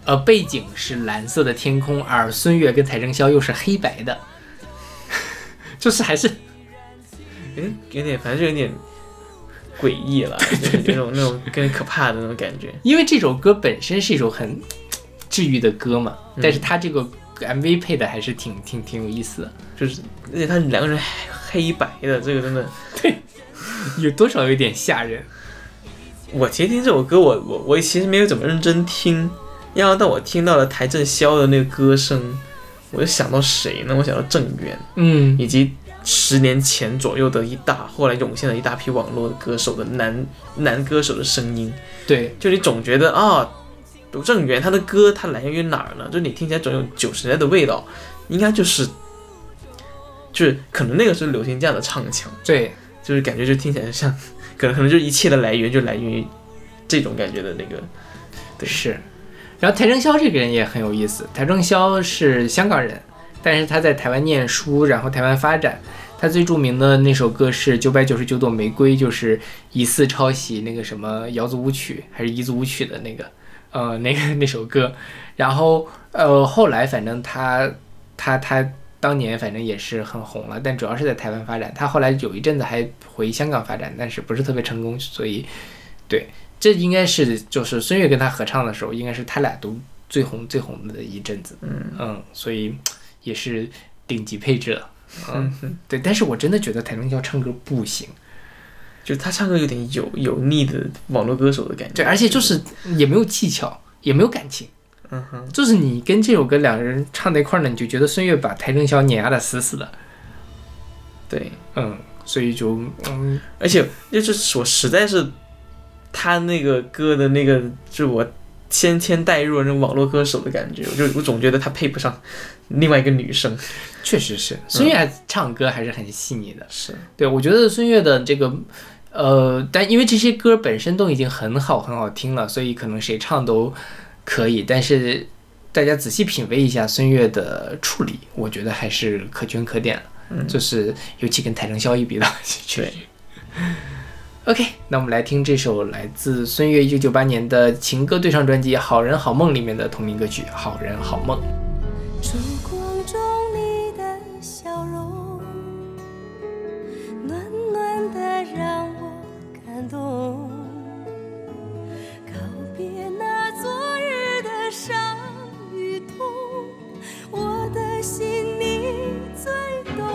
背景是蓝色的天空，而孙悦跟邰正宵又是黑白的，就是还是有点，反正就有点诡异了，有种那种更可怕的那种感觉。 因为这首歌本身是一首很治愈的歌嘛，但是他这个 MV 配的还是挺有意思的， 就是而且他两个人黑白的，这个真的对，有多少有点吓人。 我其实听这首歌，我其实没有怎么认真听，然后当我听到了邰正宵的那个歌声，我就想到谁呢？我想到郑源，以及10年前左右的后来涌现了一大批网络的歌手的男歌手的声音。 对， 就你总觉得郑源他的歌他来源于哪儿呢？就你听起来总有90年代的味道，应该就是可能那个是流行这样的唱腔。 对， 就是感觉就听起来像可能就一切的来源就来源于这种感觉的那个。对，是。 然后邰正宵这个人也很有意思，邰正宵是香港人，但是他在台湾念书，然后台湾发展。他最著名的那首歌是999朵玫瑰，就是疑似抄袭那个什么瑶族舞曲还是彝族舞曲的那首歌。然后后来反正他当年反正也是很红了，但主要是在台湾发展。他后来有一阵子还回香港发展，但是不是特别成功，所以对，这应该是就是孙悦跟他合唱的时候，应该是他俩都最红的一阵子。所以也是顶级配置了。对，但是我真的觉得邰正宵唱歌不行， 就他唱歌有点油腻的网络歌手的感觉。 对，而且就是也没有技巧，也没有感情。就是你跟这首歌两个人唱在一块儿呢，你就觉得孙悦把邰正宵碾压的死死的。 对， 所以就而且就是我实在是他那个歌的那个，就我先带入了那种网络歌手的感觉，我总觉得他配不上另外一个女生。 确实是，孙悦唱歌还是很细腻的。 是， 对，我觉得孙悦的这个但因为这些歌本身都已经很好听了，所以可能谁唱都可以，但是大家仔细品味一下孙悦的处理，我觉得还是可圈可点了。就是尤其跟邰正宵一比的话，确实。OK， 那我们来听这首来自孙悦1998年的情歌对唱专辑《好人好梦》里面的同名歌曲《好人好梦》。 烛光中你的笑容，暖暖的让我感动。告别那昨日的伤与痛，我的心你最懂。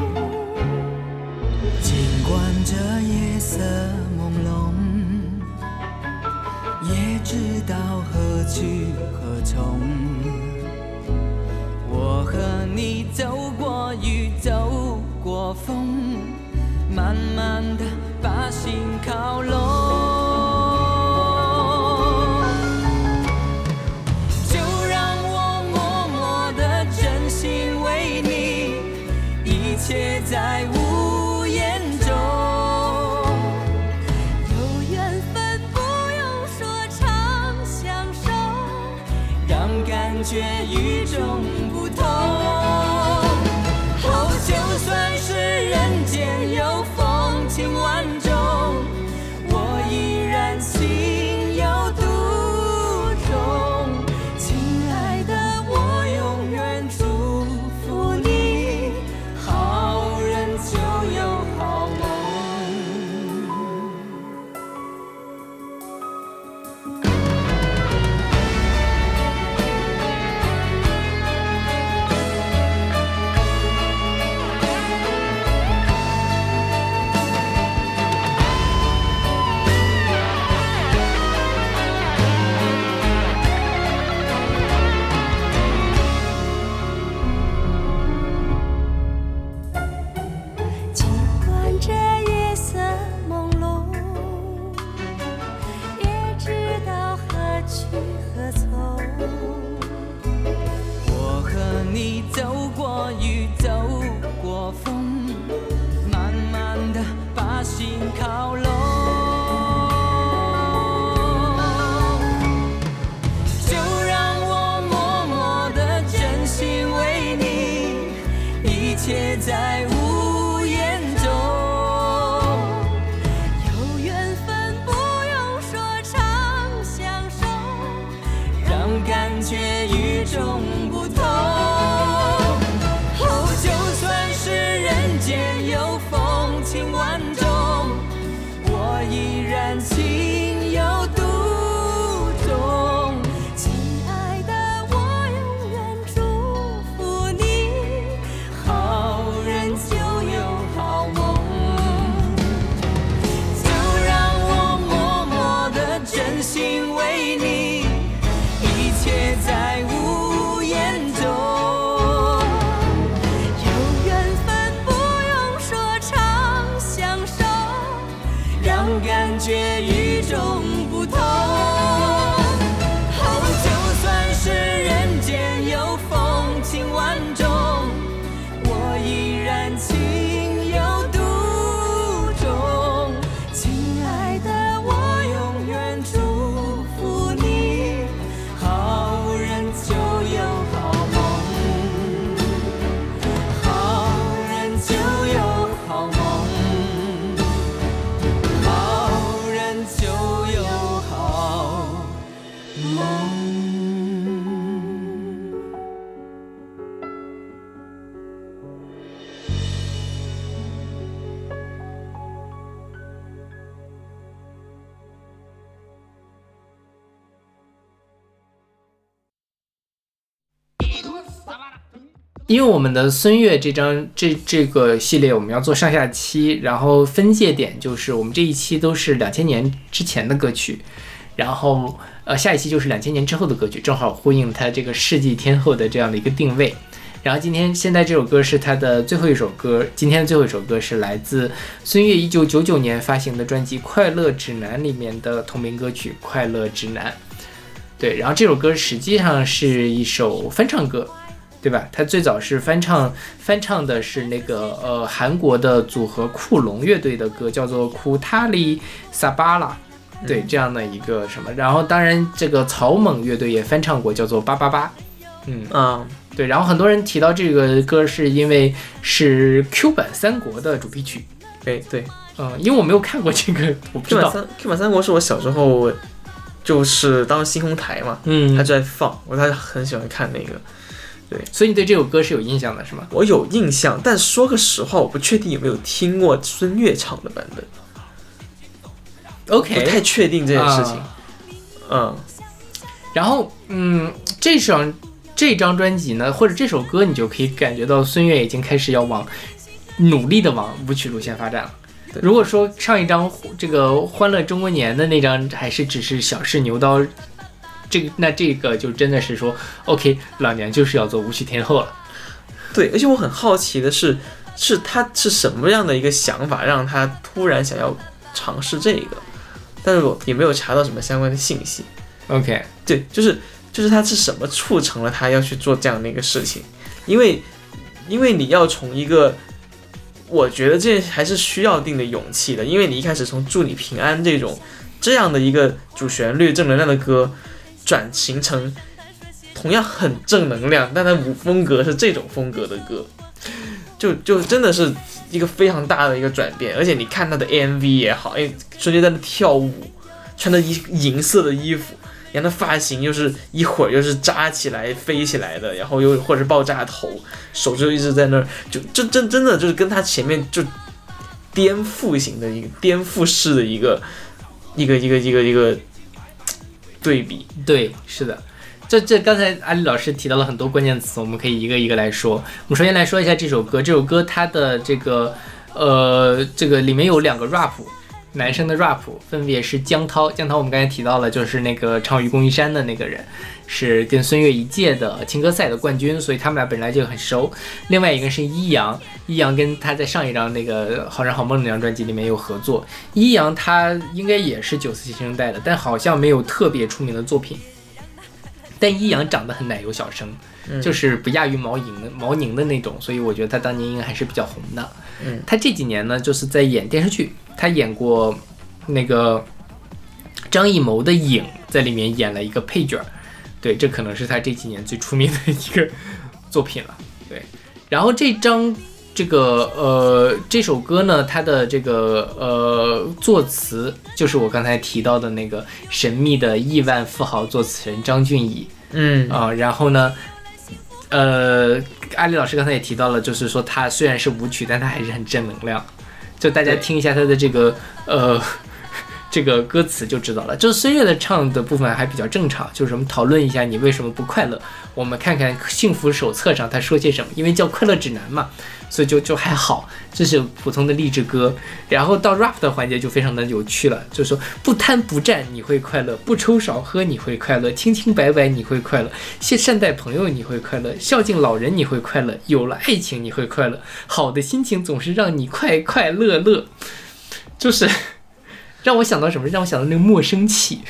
尽管这夜色朦胧，也知道何去何从。我和你走过雨，走过风，慢慢地把心靠拢。就让我默默地真心为你，一切在无言中。 有缘分不用说长相守， 让感觉与众不同。哦，就算是人间有风情万种，我依然心有独钟。 亲爱的，我永远祝福你， 好人就有好梦。 尽管这夜色朦胧，也知道何去何从。 我和你走过雨，走过风，慢慢地把心靠拢。就让我默默地真心为你，一切在无言中。 有缘分不用说长相守， 让感感觉与众不同。哦，就算是人间有风情万种，我依然情有独钟。亲爱的，我永远祝福你，好人就有好梦。就让我默默地真心为你，一切在无言中。有缘分不用说长相守，让感觉与众不同。哦，就算是人间有风情万种，我依然情有独钟。亲爱的，我永远祝福你，好人就有好梦，好人就有好梦，好人就有好梦。 因为我们的孙悦这个系列我们要做上下期，然后分界点就是我们这一期都是2000年之前的歌曲，然后下一期就是2000年之后的歌曲，正好呼应它这个世纪天后的这样的一个定位。然后现在这首歌是他的最后一首歌，今天的最后一首歌是来自孙悦1999年发行的专辑《快乐指南》里面的同名歌曲《快乐指南》。对，然后这首歌实际上是一首翻唱歌，对吧？它最早是翻唱的是那个韩国的组合酷龙乐队的歌，叫做库塔里萨巴拉，对，这样的一个什么。然后当然这个草蜢乐队也翻唱过，叫做888。对。然后很多人提到这个歌是因为是 Q 版三国的主题曲。 对， 因为我没有看过这个，我不知道。 Q 版三国是我小时候就是当时星空台嘛，他就在放，我很喜欢看那个。对， 所以你对这首歌是有印象的，是吗？ 我有印象，但说个实话，我不确定有没有听过孙悦唱的版本。 OK， 不太确定这件事情。 然后这张专辑呢，或者这首歌，你就可以感觉到孙悦已经开始要努力的往舞曲路线发展了。如果说上一张这个《欢乐中国年》的那张还是只是小试牛刀。那这个就真的是说 OK， 老娘就是要做舞曲天后了。 对，而且我很好奇的是他是什么样的一个想法让他突然想要尝试这个，但是我也没有查到什么相关的信息。 OK， 对，就是他是什么促成了他要去做这样的一个事情，因为你要从一个，我觉得这还是需要一定的勇气的，因为你一开始从祝你平安这样的一个主旋律正能量的歌转型成同样很正能量，但它风格是这种风格的歌，就真的是一个非常大的一个转变。而且你看他的 MV 也好，孙悦在那跳舞，穿着银色的衣服，然后他发型又是一会儿又是扎起来飞起来的，然后又或者爆炸头，手就一直在那儿，就真的就是跟他前面就颠覆型的一个颠覆式的一个对比。 对，是的。这刚才阿里老师提到了很多关键词，我们可以一个一个来说。我们首先来说一下这首歌它的这个里面有2个 rap， 男生的 rap 分别是江涛我们刚才提到了，就是那个唱《愚公移山》的那个人，是跟孙悦一届的青歌赛的冠军，所以他们俩本来就很熟。另外一个是一阳跟他在上一张那个《好人好梦》那张专辑里面有合作。一阳他应该也是94新生代的，但好像没有特别出名的作品。但一阳长得很奶油小生，就是不亚于毛宁的那种，所以我觉得他当年应该还是比较红的。他这几年呢，就是在演电视剧，他演过那个张艺谋的《影》，在里面演了一个配角。对，这可能是他这几年最出名的一个作品了。对，然后这张这首歌呢，它的这个作词就是我刚才提到的那个神秘的亿万富豪作词人张俊逸。然后呢，阿里老师刚才也提到了，就是说他虽然是舞曲，但他还是很正能量。就大家听一下他的这个这个歌词就知道了。就是孙悦的唱的部分还比较正常，就是什么讨论一下你为什么不快乐，我们看看幸福手册上他说些什么，因为叫快乐指南嘛，所以就还好，这是普通的励志歌。然后到 rap 的环节就非常的有趣了，就是说不贪不占你会快乐，不抽少喝你会快乐，清清白白你会快乐，善待朋友你会快乐，孝敬老人你会快乐，有了爱情你会快乐，好的心情总是让你快快乐乐。就是让我想到什么？让我想到那个莫生气。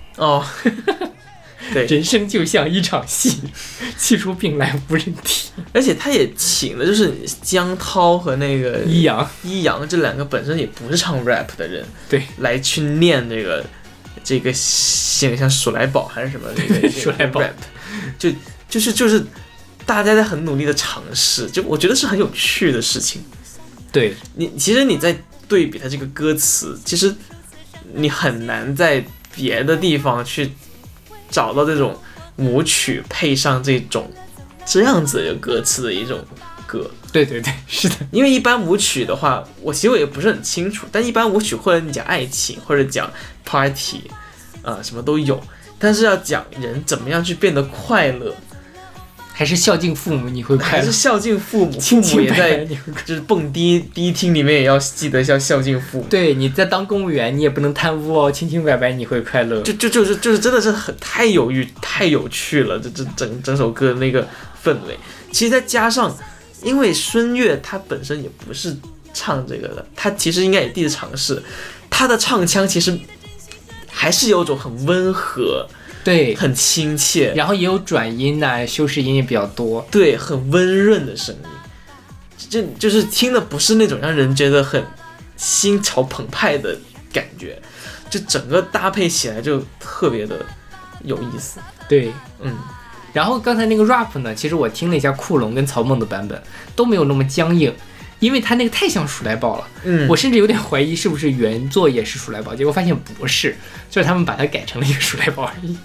对，人生就像一场戏，气出病来无人替。 而且他也请的就是江涛和那个一阳这两个本身也不是唱 rap 的人， 对， 来去念这个像鼠来宝还是什么那个鼠来宝 rap， 就是大家在很努力的尝试，就我觉得是很有趣的事情。对，其实你在对比他这个歌词，其实你很难在别的地方去找到这种舞曲配上这样子的歌词的一种歌。 对，是的。 因为一般舞曲的话，其实我也不是很清楚，但一般舞曲或者你讲爱情或者讲 party 什么都有，但是要讲人怎么样去变得快乐， 还是孝敬父母你会快乐， 还是孝敬父母， 父母也在就是蹦迪厅里面也要记得要孝敬父母。 对，你在当公务员你也不能贪污哦，清清白白你会快乐。 就是真的是太有趣了，这整首歌的那个氛围。其实再加上，因为孙悦他本身也不是唱这个的，他其实应该也第一次尝试，他的唱腔其实还是有种很温和。对，很亲切， 然后也有转音修饰音也比较多， 对，很温润的声音，就是听的不是那种让人觉得很心潮澎湃的感觉，就整个搭配起来就特别的有意思。 对，然后刚才那个 rap 呢，其实我听了一下库龙跟曹梦的版本都没有那么僵硬，因为他那个太像鼠来宝了，我甚至有点怀疑是不是原作也是鼠来宝，结果发现不是，就是他们把它改成了一个鼠来宝而已。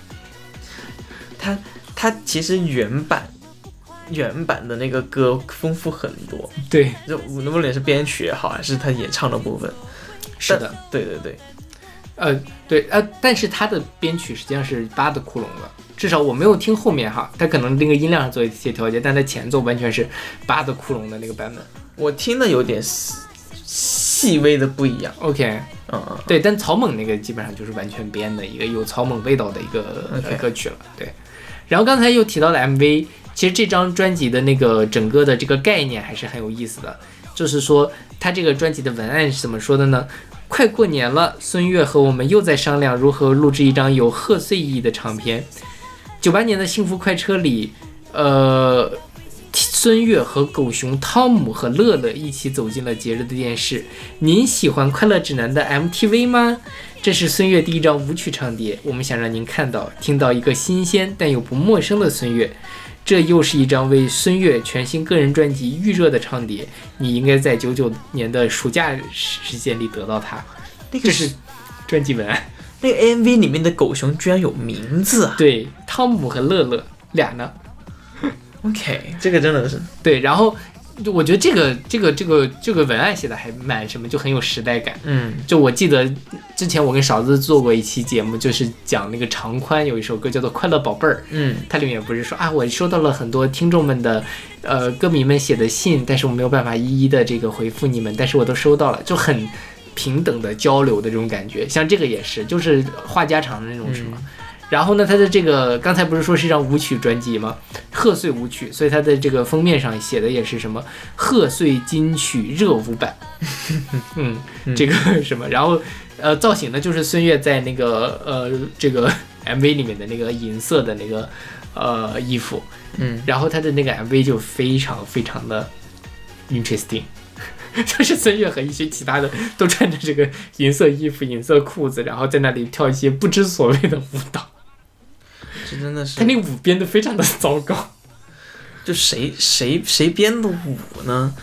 他其实原版的那个歌丰富很多， 对， 就无论是编曲也好，还是他演唱的部分， 是的， 对， 但是他的编曲实际上是8的库龙的，至少我没有听后面哈，他可能那个音量上做一些调节，但他前奏完全是8的库龙的那个版本， 我听的有点细微的不一样。 OK， 对，但草蜢那个基本上就是完全编的一个有草蜢味道的一个歌曲了，对。然后刚才又提到了 MV， 其实这张专辑的那个整个的这个概念还是很有意思的，就是说他这个专辑的文案是怎么说的呢？快过年了，孙悦和我们又在商量如何录制一张有贺岁意义的唱片。98年的幸福快车里，孙悦和狗熊汤姆和乐乐一起走进了节日的电视。您喜欢快乐指南的 MTV 吗？这是孙悦第一张舞曲唱碟，我们想让您看到听到一个新鲜但又不陌生的孙悦。这又是一张为孙悦全新个人专辑预热的唱碟，你应该在99年的暑假时间里得到它。这是专辑文案。 那个 MV 里面的狗熊居然有名字啊！ 对，汤姆和乐乐俩呢。 OK， 这个真的是对，然后我觉得这个文案写的还蛮什么，就很有时代感。就我记得之前我跟勺子做过一期节目，就是讲那个长宽有一首歌叫做《快乐宝贝儿》。它里面不是说我收到了很多听众们的歌迷们写的信，但是我没有办法一一的这个回复你们，但是我都收到了，就很平等的交流的这种感觉。像这个也是，就是话家常的那种什么。然后呢，它的这个刚才不是说是一张舞曲专辑吗？贺岁舞曲，所以它的这个封面上写的也是什么贺岁金曲热舞版。这个什么，然后造型呢就是孙悦在那个这个 MV 里面的那个银色的那个衣服。然后它的那个 MV 就非常非常的 interesting。就是孙悦和一些其他的都穿着这个银色衣服、银色裤子，然后在那里跳一些不知所谓的舞蹈。 这真的是他那个舞编得非常的糟糕。 就谁编的舞呢？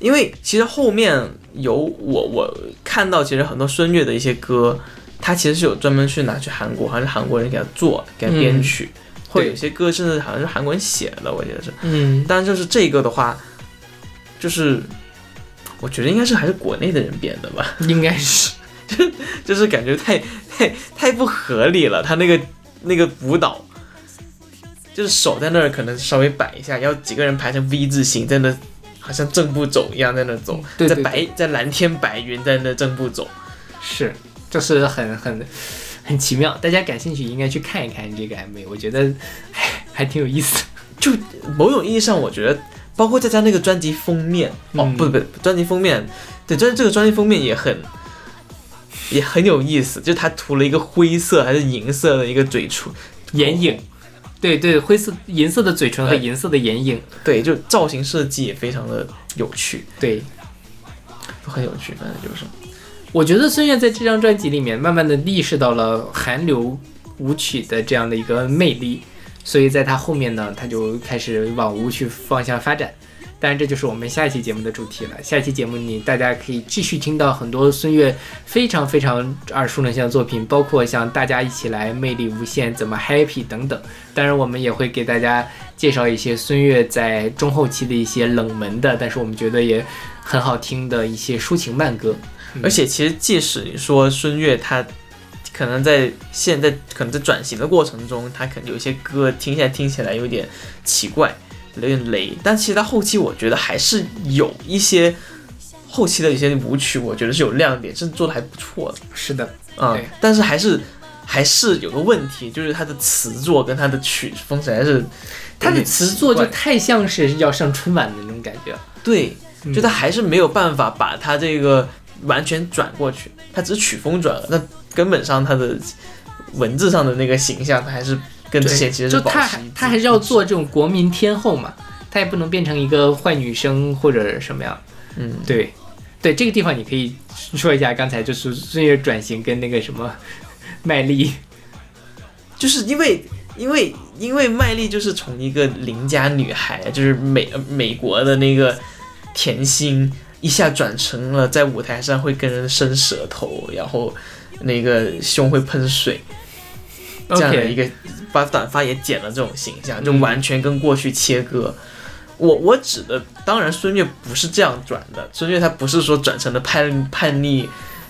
因为其实后面有我看到，其实很多孙悦的一些歌，他其实是有专门去拿去韩国，好像是韩国人给他做，给他编曲，或者有些歌甚至好像是韩国人写的，我记得是。但就是这个的话，就是我觉得应该是还是国内的人编的吧， 应该是， 就是感觉太不合理了，他那个舞蹈。就是手在那儿可能稍微摆一下，要几个人排成 V 字形，在那好像正步走一样在那走， 对对对， 在蓝天白云在那正步走， 是，就是很奇妙。大家感兴趣应该去看一看这个 MV， 我觉得还挺有意思的。 就某种意义上，我觉得包括再加那个专辑封面，不，专辑封面，对，这个专辑封面也很有意思，就是他涂了一个灰色还是银色的一个嘴唇眼影。对对，灰色、银色的嘴唇和银色的眼影， 对，就造型设计也非常的有趣， 对， 都很有趣。反正就是， 我觉得孙悦在这张专辑里面，慢慢的意识到了韩流舞曲的这样的一个魅力，所以在他后面呢，他就开始往舞曲方向发展。当然，这就是我们下一期节目的主题了。下一期节目大家可以继续听到很多孙悦非常非常耳熟能详的作品，包括像大家一起来、魅力无限、怎么 happy 等等。当然，我们也会给大家介绍一些孙悦在中后期的一些冷门的，但是我们觉得也很好听的一些抒情慢歌。 而且其实即使你说孙悦他可能在现在可能在转型的过程中，他可能有一些歌听起来有点奇怪。有点雷，但其实他后期我觉得还是有一些后期的一些舞曲，我觉得是有亮点，甚至做的还不错的。 是的， 但是还是有个问题，就是他的词作跟他的曲风实在是， 他的词作就太像是要上春晚的那种感觉。 对，就他还是没有办法把他这个完全转过去，他只是曲风转了，那根本上他的文字上的那个形象，他还是。跟之前其实是保持一致， 他还是要做这种国民天后嘛，他也不能变成一个坏女生或者什么样。对，这个地方你可以说一下，刚才就是孙悦转型跟那个什么麦莉， 就是因为麦莉就是从一个邻家女孩，就是美国的那个甜心，一下转成了在舞台上会跟人伸舌头，然后那个胸会喷水。这样的一个把短发也剪了这种形象，就完全跟过去切割。我指的当然孙悦不是这样转的，孙悦他不是说转成了叛逆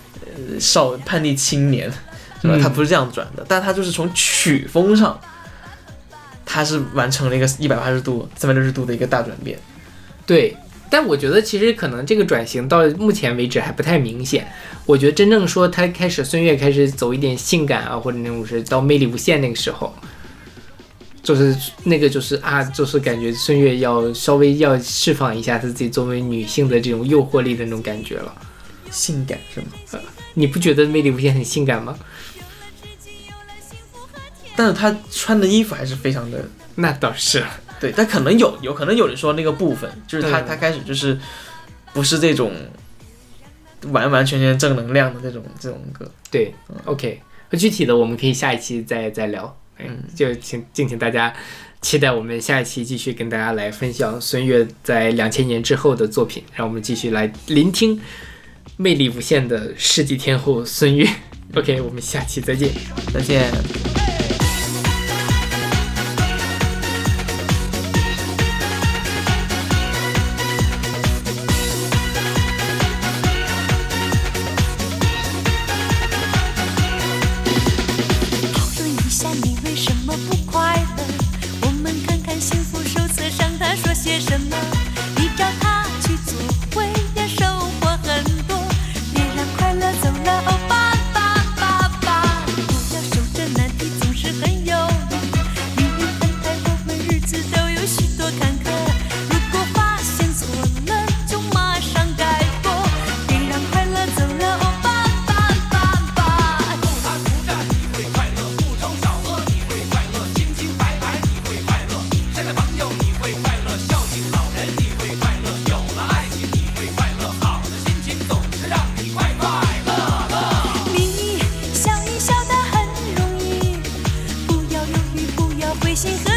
青年，是吧？他不是这样转的，但他就是从曲风上，他是完成了一个180度、360度的一个大转变。 对。但我觉得其实可能这个转型到目前为止还不太明显。我觉得真正说他孙悦开始走一点性感啊，或者那种是到魅力无限那个时候，就是那个就是就是感觉孙悦要稍微要释放一下他自己作为女性的这种诱惑力的那种感觉了。 性感是吗？ 你不觉得魅力无限很性感吗？ 但是他穿的衣服还是非常的， 那倒是。 对，但可能有可能有人说那个部分，就是他开始就是不是这种完完全全正能量的这种歌。 对，OK， 具体的我们可以下一期再聊。就敬请大家期待我们下一期继续跟大家来分享孙悦在2000年之后的作品，让我们继续来聆听魅力无限的世纪天后孙悦。OK， 我们下期再见， 再见。 心。